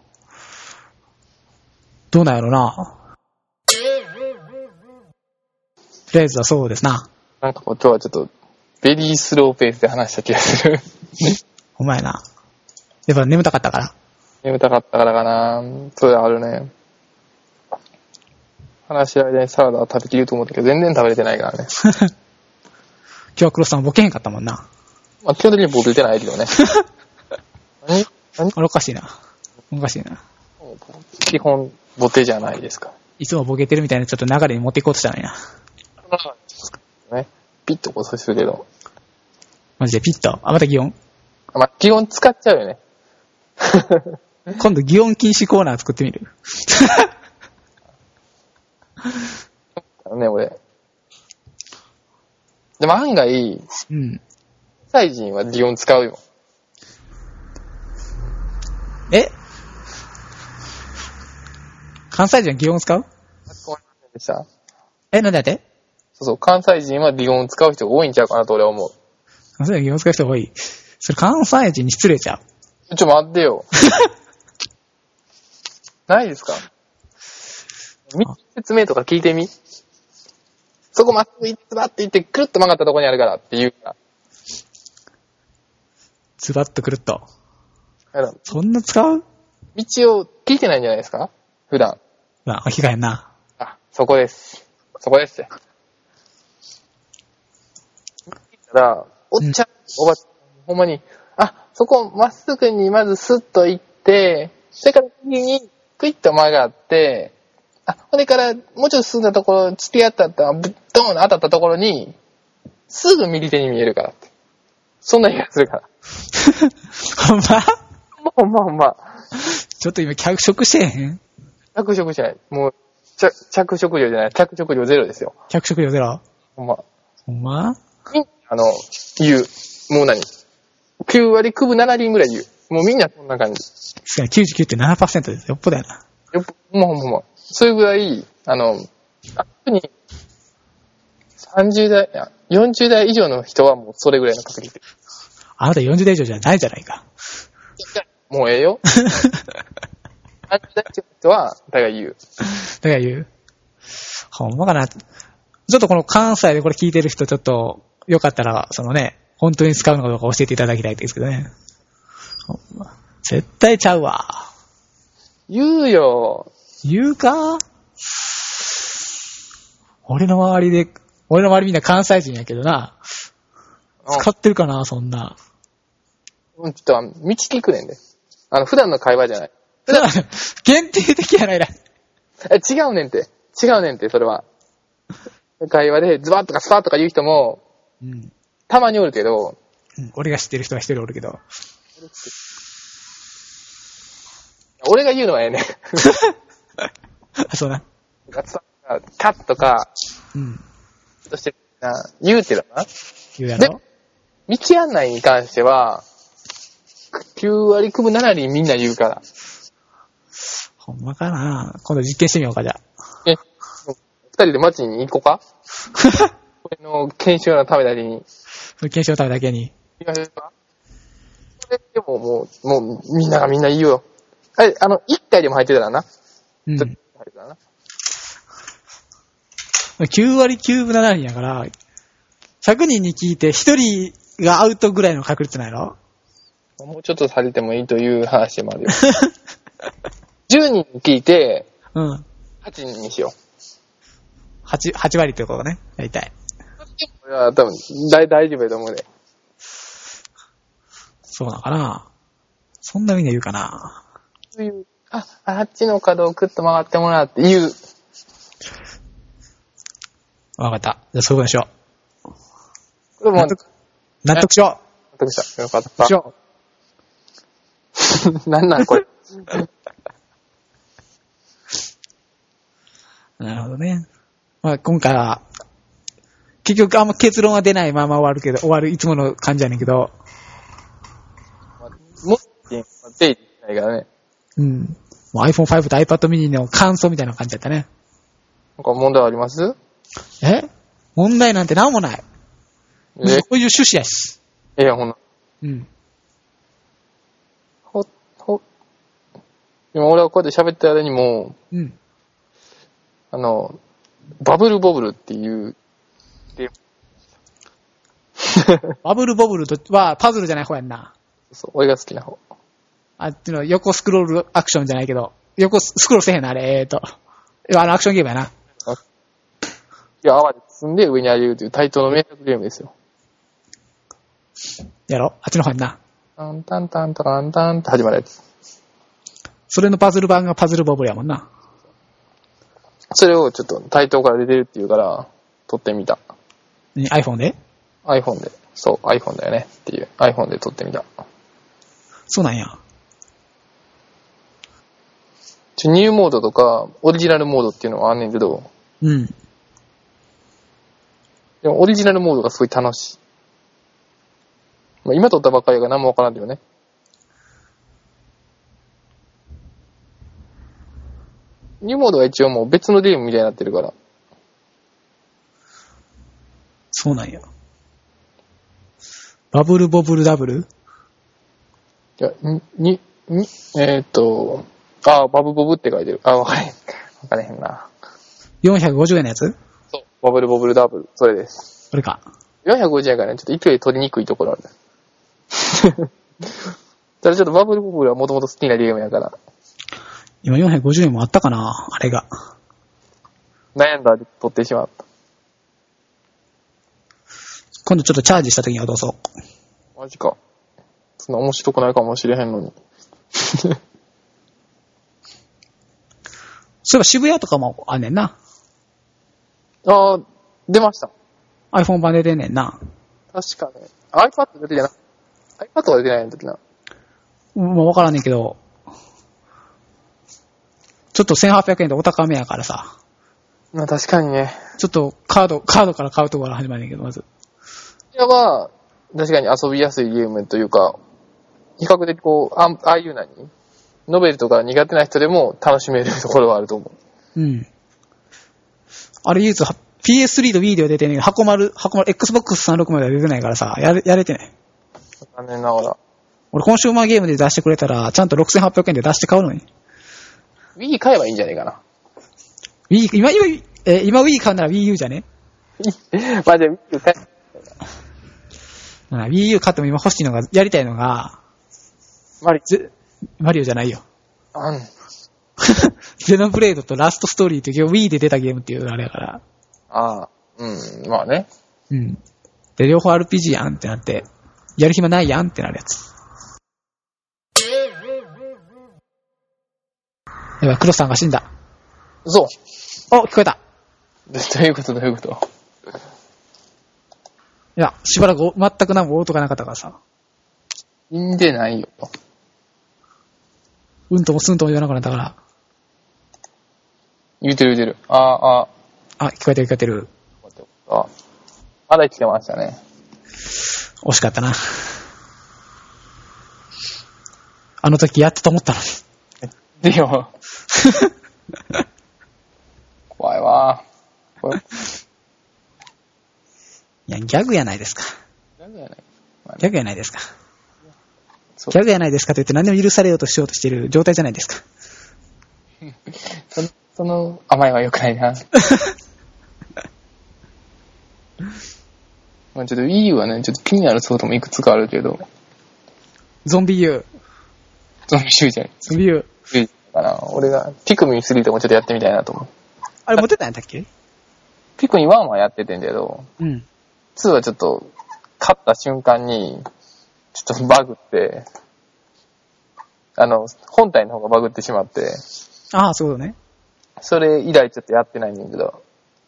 どうなんやろな。とりあえずはそうですな。 なんかこう今日はちょっと、ベリースローペースで話した気がする。 ほんまやな。やっぱ眠たかったから。 眠たかったからかな。それあるね。話し合いでサラダは食べきると思ったけど、全然食べれてないからね。 今日は黒さんボケへんかったもんな。 まあ基本的にボケてないけどね。何何あれおかしいな。おかしいな。 基本ボケじゃないですか。 いつもボケてるみたいなちょっと流れに持っていこうとしたのにな。 ね、ピッとこうするけど。 マジでピッと。あ、また擬音？ まあ、擬音使っちゃうよね。 今度擬音禁止コーナー作ってみる？ あのね、俺。でも案外、 うん。 関西人は擬音使うよ。 え？関西人は擬音使う？ でしたえ、なんでやって？ そうそう、関西人は擬音使う人が多いんちゃうかなと俺は思う。 関西人は擬音使う人が多い。それ関西人に失礼ちゃう。 ちょ、待ってよ。ないですか？説明とか聞いてみ？そこまっすぐ行って、ばって行って、くるっと曲がったとこにあるからって言うから。 ズバッとくるっと。 だからそんな使う？ 道を聞いてないんじゃないですか？普段。 あ、聞かへんな。 あ、そこです。そこですって。だから、おっちゃん、うん、おばちゃん、ほんまに、あ、そこまっすぐにまずスッと行って、それから次にクイッと曲がって、あ、それからもうちょっと進んだところ、突き当たった、ぶっドーン当たったところに、すぐ右手に見えるからって。そんな気がするから。 ほんま？ ほんまほんま。 ちょっと今脚色してへん？ 着色しない。もう、着、着色料じゃない。着色料ゼロですよ。 着色料ゼロ？ ほんま。 ほんま？ あの、言う。もう何 ?きゅう 割くぶななりんぐらい言う。もうみんなそんな感じ。 きゅうじゅうきゅうてんななパーセント です。よっぽどやな。 よっぽど、ほんまほんま。そういうぐらい、あの、あっちに、さんじゅう代、よんじゅう代以上の人はもうそれぐらいの確率。 あなたよんじゅう代以上じゃないじゃないか。 もうええよ。さんじゅう代以上の人は、だから言う。 だから言う。ほんまかな。ちょっとこの関西でこれ聞いてる人ちょっと、よかったら、そのね、本当に使うのかどうか教えていただきたいですけどね。ほんま絶対ちゃうわ。 言うよ。 言うか？俺の周りで、俺の周りみんな関西人やけどな。使ってるかな、そんな。 うん、ちょっと、道聞くねんで。あの、普段の会話じゃない。 普段、限定的やないな。 え、違うねんって。違うねんって、それは。会話で、ズバッとかスパッとか言う人も、 うん。 たまにおるけど、 うん、俺が知ってる人は一人おるけど。 俺が言うのはええねん。 あ、そうな。 ガツさんがカットか、 うん。 としてな、言うてだな。 言うやろ。 道案内に関しては、きゅう割くぶなな割みんな言うから。 ほんまかな。今度実験してみようか、じゃあ。 え、二人で街に行こうかこれの研修のためだけに。 研修のためだけに。 行きましょうか。それでももう、もうみんながみんな言うよ。あれ、あの、一回でも入ってたらな。 うん。 入ってたらな。きゅう割きゅうぶなな割やから、ひゃくにんに聞いてひとりがアウトぐらいの確率なんやろ？ もうちょっと足りてもいいという話もあるよ。じゅうにんに聞いて、 うん。 はちにんにしよう。 8、はち割ってことね。大体。 これは多分大、大丈夫だと思うで。 そうなのかな。そんなみんな言うかな。 そういう、あ、あっちの角をクッと曲がってもらって言う。 わかった。じゃあそういうことでしょう。 これも納得、納得しよう。納得した。よかった。 しよう。なんなんこれ。 なるほどね。まあ今回は、結局あんま結論は出ないまま終わるけど、終わるいつもの感じやねんけど。 もっと定義ないからね。 うん。もう アイフォンファイブ と iPad mini の感想みたいな感じだったね。 なんか問題あります？ え？問題なんてなんもない。こういう趣旨やし。 いや、ほんな。 うん。 ほ、ほ、今俺はこうやって喋ってる間にも、 うん。 あの、バブルボブルっていう、 バブルボブルとはパズルじゃない方やんな。 そう、俺が好きな方。 あっちの横スクロールアクションじゃないけど、横スクロールせえへんな、あれ、えーと。あのアクションゲームやな。 いや、泡で包んで上に上げるというタイトルの名作ゲームですよ。 やろ？あっちの方やんな。 タンタンタンタンタンって始まるやつ。 それのパズル版がパズルボブルやもんな。 それをちょっと対等から出てるっていうから、撮ってみた。 iPhone で？ iPhone で。そう、iPhone だよねっていう。iPhone で撮ってみた。 そうなんや。 ちょニューモードとか、オリジナルモードっていうのはあんねんけど、 うん。 でもオリジナルモードがすごい楽しい。まあ、今撮ったばっかりが何もわからんけどね。ニューモードは一応もう別のゲームみたいになってるから。 そうなんや。バブルボブルダブル？ いや、に、に、にえー、っと、あ、バブボブって書いてる。あ、わかれへん。わかれへんな。 よんひゃくごじゅうえんのやつ？ そう。バブルボブルダブル。それです。 これか。 よんひゃくごじゅうえんからね、ちょっと勢い取りにくいところある。ただちょっとバブルボブルはもともと好きなゲームやから。 今よんひゃくごじゅうえんもあったかな、あれが。 悩んだで取ってしまった。 今度ちょっとチャージした時にはどうぞ。 マジか。そんな面白くないかもしれへんのに。 そういえば渋谷とかもあんねんな。 あー、出ました。 iPhone 版で出んねんな。 確かね。iPad 出てな。iPad は出てないんだっけな。 もうわからんねんけど、ちょっとせんはっぴゃくえんでお高めやからさ。 まあ確かにね。 ちょっとカード、カードから買うところから始まるんだけど、まず。 こちらは、確かに遊びやすいゲームというか、比較的こう、あ, ああいう何ノベルとか苦手な人でも楽しめるところはあると思う。 うん。あれ唯一 ピーエススリー と Wii では出てんねんけど、箱丸、箱丸、Xbox さんじゅうろくまでは出てないからさ、やれ、やれてない。 残念ながら。 俺コンシューマーゲームで出してくれたら、ちゃんとろくせんはっぴゃくえんで出して買うのに。 Wii 買えばいいんじゃないかな。 Wii、今、今、え、今 Wii 買うなら Wii U じゃね？ まあじゃあ Wii 買え。 Wii U 買っても今欲しいのが、やりたいのが、 マリマリオじゃないよ。 うん。 ゼノブレードとラストストーリーって今日 Wii で出たゲームっていうあれやから。 ああ、うん、まあね。 うん。で、両方 アールピージー やんってなって、やる暇ないやんってなるやつ。やばい、クロさんが死んだ。 そう。 お、聞こえた。 どういうことどういうこといや、しばらく全く何も音がなかったからさ。 いいんでないよ。 うんともすんとも言わなくなったから。 言うてる言うてる。ああ、ああ、聞こえてる聞こえてる。 あ。まだ来てましたね。 惜しかったな。あの時やったと思ったのに。 でよ。怖いわ。これいや、ギャグやないですか。 ギャグやない。 ギャグやないですか。ギャグやないですかと言って何でも許されようとしようとしている状態じゃないですか。 その、その甘えは良くないな。まあちょっと Wii U はね、ちょっと気になるソフトもいくつかあるけど。 ゾンビ U。 ゾンビ U じゃない。 ゾンビ U。 かな。俺が、ピクミンスリーとかもちょっとやってみたいなと思う。 あれ持ってたんやったっけ？ ピクミンワンはやっててんけど、 うん。 ツーはちょっと、勝った瞬間に、ちょっとバグって、あの、本体の方がバグってしまって、 ああ、そうだね。 それ以来ちょっとやってないんだけど、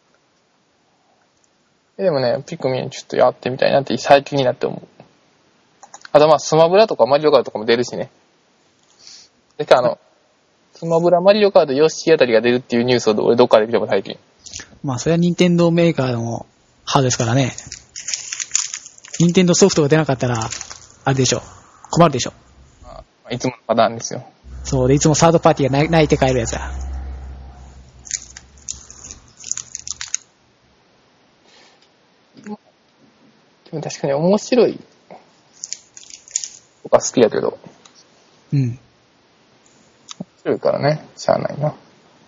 でもね、ピクミンちょっとやってみたいなって最近になって思う。あとまあ、スマブラとかマリオカードとかも出るしね。でかあの、スマブラマリオカードヨッシーあたりが出るっていうニュースを俺どっかで見ても最近。 まあ、それは任天堂メーカーの派ですからね。任天堂ソフトが出なかったら、あれでしょ。困るでしょ。 まあ、いつものパターンですよ。 そうで、いつもサードパーティーが泣いて帰るやつや。 でも確かに面白い。とか好きやけど。 うん。 面白いからね、しゃあないな。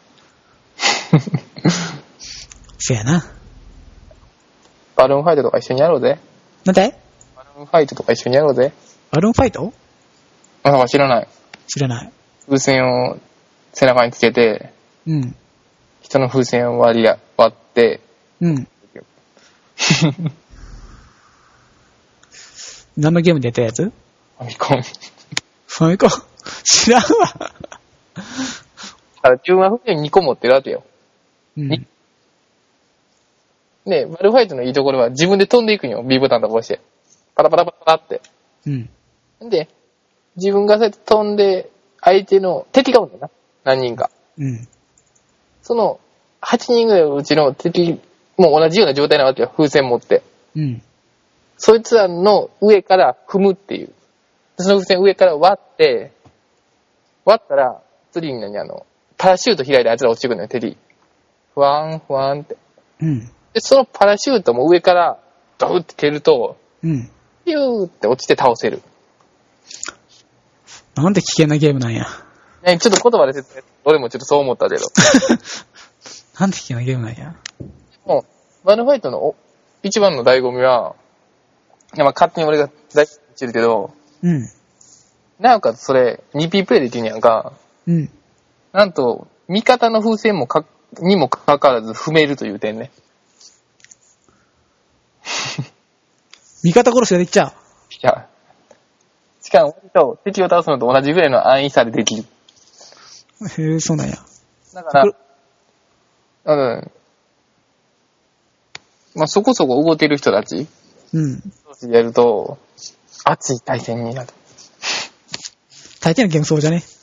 せやな。 バルーンファイトとか一緒にやろうぜ。 なんで？ バルーンファイトとか一緒にやろうぜ。 バルーンファイト？ あ、なんか知らない。 知らない。 風船を背中につけて、 うん。 人の風船を割りや、割って、 うん。何のゲームでやったやつ？ ファミコン。 ファミコン知らんわ。 だから自分は風船にこ持ってるわけよ。 うん。 ね、バルーンファイトのいいところは自分で飛んでいくんよ。B ボタンとか押して。パラパラパラパラって。 うん。 で、自分がそうやって飛んで、相手の敵がおるんだよな。何人か。 うん。そその、はちにんぐらいのうちの敵、もう同じような状態なわけよ。風船持って。 うん。 そいつらの上から踏むっていう。その風船上から割って、割ったら、次に何あの、パラシュート開いてあいつら落ちてくるのよ、敵。ふわーん、ふわーんって。 うん。 で、そのパラシュートも上から、ドフって蹴ると、 うん。 ピューって落ちて倒せる。 なんで危険なゲームなんや。 ね、ちょっと言葉で説明、俺もちょっとそう思ったけど。 なんで危険なゲームなんや。 もう、バルファイトのお一番の醍醐味は、いやまあ勝手に俺が大事にしてるけど、 うん。 なおかつそれ、にピー プレイできんやんか。 うん。 なんと、味方の風船もか、にもかかわらず踏めるという点ね。 味方殺しができちゃう。 いや、しかも、割と敵を倒すのと同じぐらいの安易さでできる。 へえ、そうなんや。 だから、うん。まあ、そこそこ動ける人たち、 うん。 同士でやると、熱い対戦になる。 大抵のゲームそうじゃね。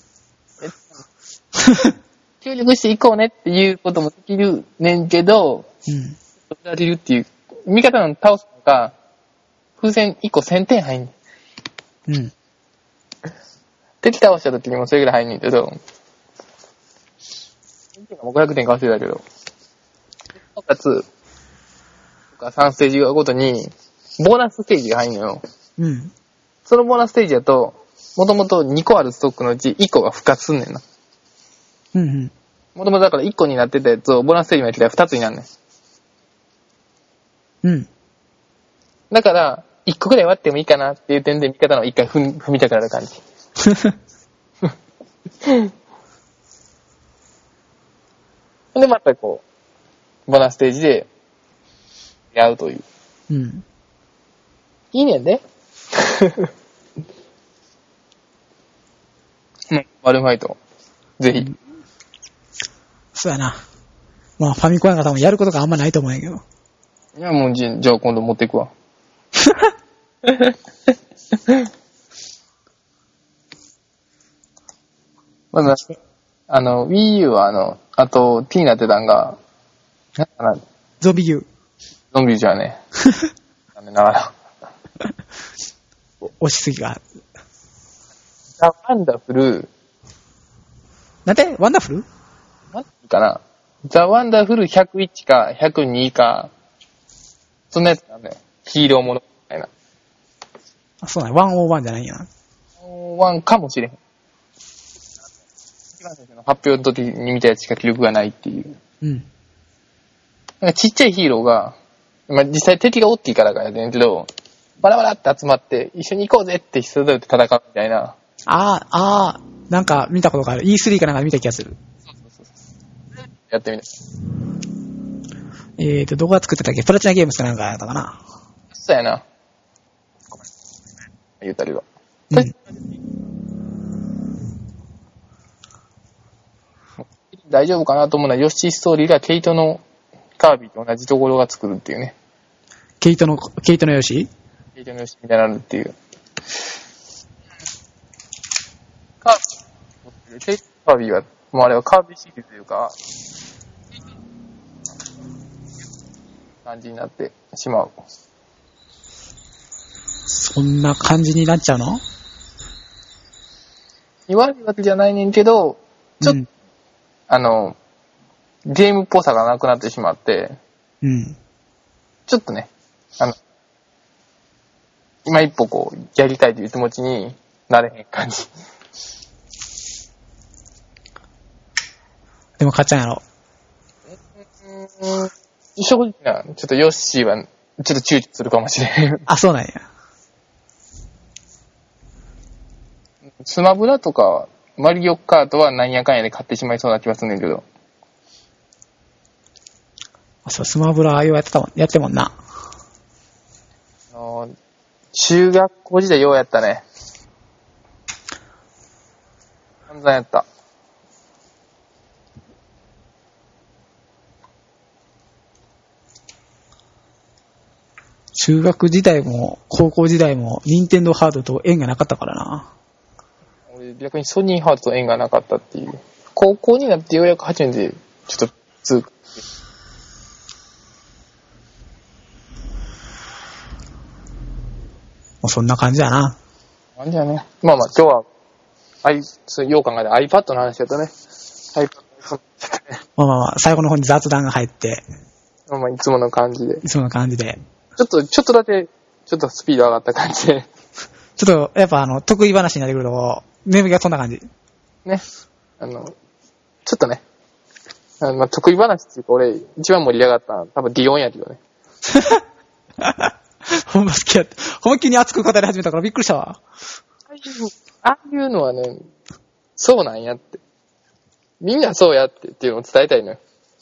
協力していこうねっていうこともできるねんけど、 うん。 取られるっていう、味方の倒すのが、風船いっこせんてん入んねん。 うん。 敵倒した時にもそれぐらい入んねんけど、ごひゃくてんか忘れたけど、なおかつ、さんステージごとに、ボーナスステージが入んのよ。 うん。 そのボーナスステージだと、もともとにこあるストックのうちいっこが復活すんねんな。 うんうん。 もともとだからいっこになってたやつをボーナスステージまで来たらふたつになるねん。 うん。 だから、いっこくらい割ってもいいかなっていう点で味方のいっかい踏み、踏みたくなる感じ。で、またこう、ボーナスステージで、やうという。 うん。 いいねんで。うん、バルーンファイト。ぜひ。 そうやな。まあ、ファミコンやから多分やることがあんまないと思うんやけど。 いや、もうじ、じゃあ今度持っていくわ。 まだ、あの、Wii U はあの、あと T になってたんが、なんかな、 ゾンビ U。 ゾンビ U じゃね。残念ながら。 押しすぎが。 ザ・ワンダフル。 なんてワンダフルなんていうかな。ザ・ワンダフルひゃくいちかひゃくにか。そんなやつなんだよ。ヒーローものみたいな。 あ、そうなんや。ワンオーワンじゃないんやな。 ワンかもしれへん。一番最初の発表の時に見たやつしか記録がないっていう。 うん。 なんかちっちゃいヒーローが、まあ、実際敵が大きいからかやねんけど、バラバラって集まって一緒に行こうぜって人で戦うみたいな。 ああ、ああ、なんか見たことがある。イースリー かなんか見た気がする。 そうそうそう。やってみて。 えーと、どこが作ってたっけ？プラチナゲームスかなんかやったかな。 そうやな。ごめん。言ったりは。 うん。 大丈夫かなと思うのは、ヨッシーストーリーがケイトのカービィと同じところが作るっていうね。 ケイトの、ケイトのヨシ？ ケイトのヨシみたいになるっていう。カービィ、ケイトカービィは、もうあれはカービィシリーズというか、感じになってしまう。 そんな感じになっちゃうの？ 言われるわけじゃないねんけど、ちょっと、うん、あの、ゲームっぽさがなくなってしまって、 うん。 ちょっとね、あの、今一歩こう、やりたいという気持ちになれへん感じ。 でも買っちゃうんやろ。 うーん、正直な、ちょっとヨッシーは、ちょっと躊躇するかもしれん。 あ、そうなんや。 スマブラとか、マリオカートはなんやかんやで買ってしまいそうな気がするんだけど。 あ、そう、スマブラああいうやってたもん、やってもんな。 あの、中学校時代ようやったね。散々やった。 中学時代も高校時代も任天堂ハードと縁がなかったからな。 俺逆にソニーハードと縁がなかったっていう。高校になってようやく初めてちょっと通過。 もうそんな感じだな。 なんじゃね。まあまあ今日は、あい、よう考えて iPad の話だったね。iPad まあまあまあ、最後の方に雑談が入って。 まあまあいつもの感じで。 いつもの感じで。 ちょっと、ちょっとだけ、ちょっとスピード上がった感じで。 ちょっと、やっぱあの、得意話になってくると、眠気がそんな感じ。 ね。あの、ちょっとね。あのまあ、得意話っていうか、俺、一番盛り上がったのは多分ディオンやけどね。 ほんま好きやって。ほんま気に熱く語り始めたからびっくりしたわ。 ああいう、ああいうのはね、そうなんやって。みんなそうやってっていうのを伝えたいのよ。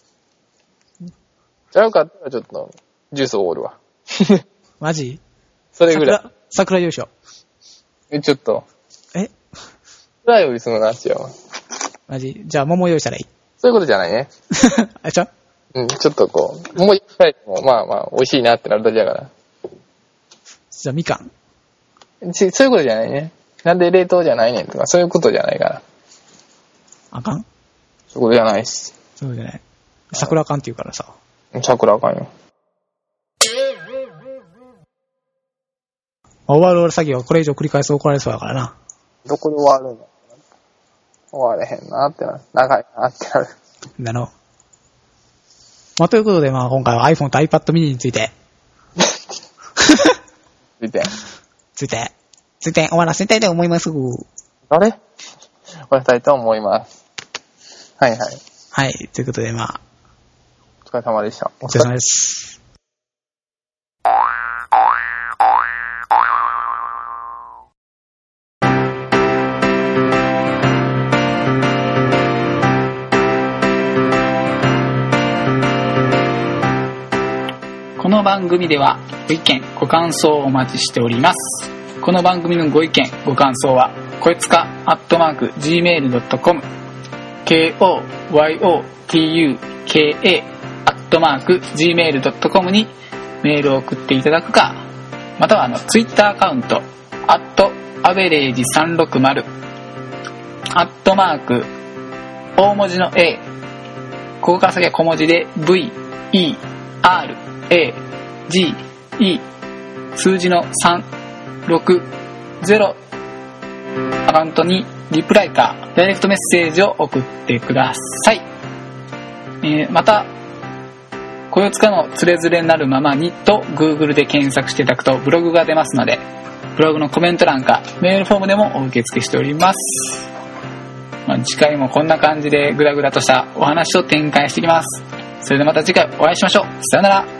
じゃなかったらちょっと、ジュースをおるわ。 マジ？ それぐらい。 桜、桜優勝。 え、ちょっと。 え？ 桜よりその話やわ。 マジ？じゃあ桃用意したらいい？ そういうことじゃないね。 あ、ちゃ？ うん、ちょっとこう、桃一回もまあまあ、美味しいなってなるだけやから。 じゃあみかん。 ちそういうことじゃないね。なんで冷凍じゃないねんとか、そういうことじゃないから。 あかん？ そういうことじゃないし。 そうじゃない。桜あかんって言うからさ。 桜あかんよ。 終わる終わる詐欺はこれ以上繰り返すと怒られそうだからな。 どこで終わるんだ終われへんなってなる。長いなってなる。 だろ。まあ、ということで、まあ今回は iPhone と iPad mini について。 ついて。 ついて。ついて終わらせたいと思います。 あれ終わりたいと思います。はいはい。 はい。ということで、まあ。 お疲れ様でした。 お疲れ様です。この番組ではご意見ご感想をお待ちしております。この番組のご意見ご感想はこいつかアットマーク ジーメールドットコム ケーオーワイオーティーユーケーエー アットマーク ジーメールドットコム にメールを送っていただくか、 またはあの Twitter アカウントアットアベレージさんろくまるアットマーク大文字の A、 ここから先は小文字で V E R A G E 数字のさんろくゼロアカウントにリプライかダイレクトメッセージを送ってください。えー、またこよつかのつれづれなるままにと Google で検索していただくとブログが出ますので、ブログのコメント欄かメールフォームでもお受け付けしております。まあ、次回もこんな感じでグダグダとしたお話を展開していきます。それではまた次回お会いしましょう。さよなら。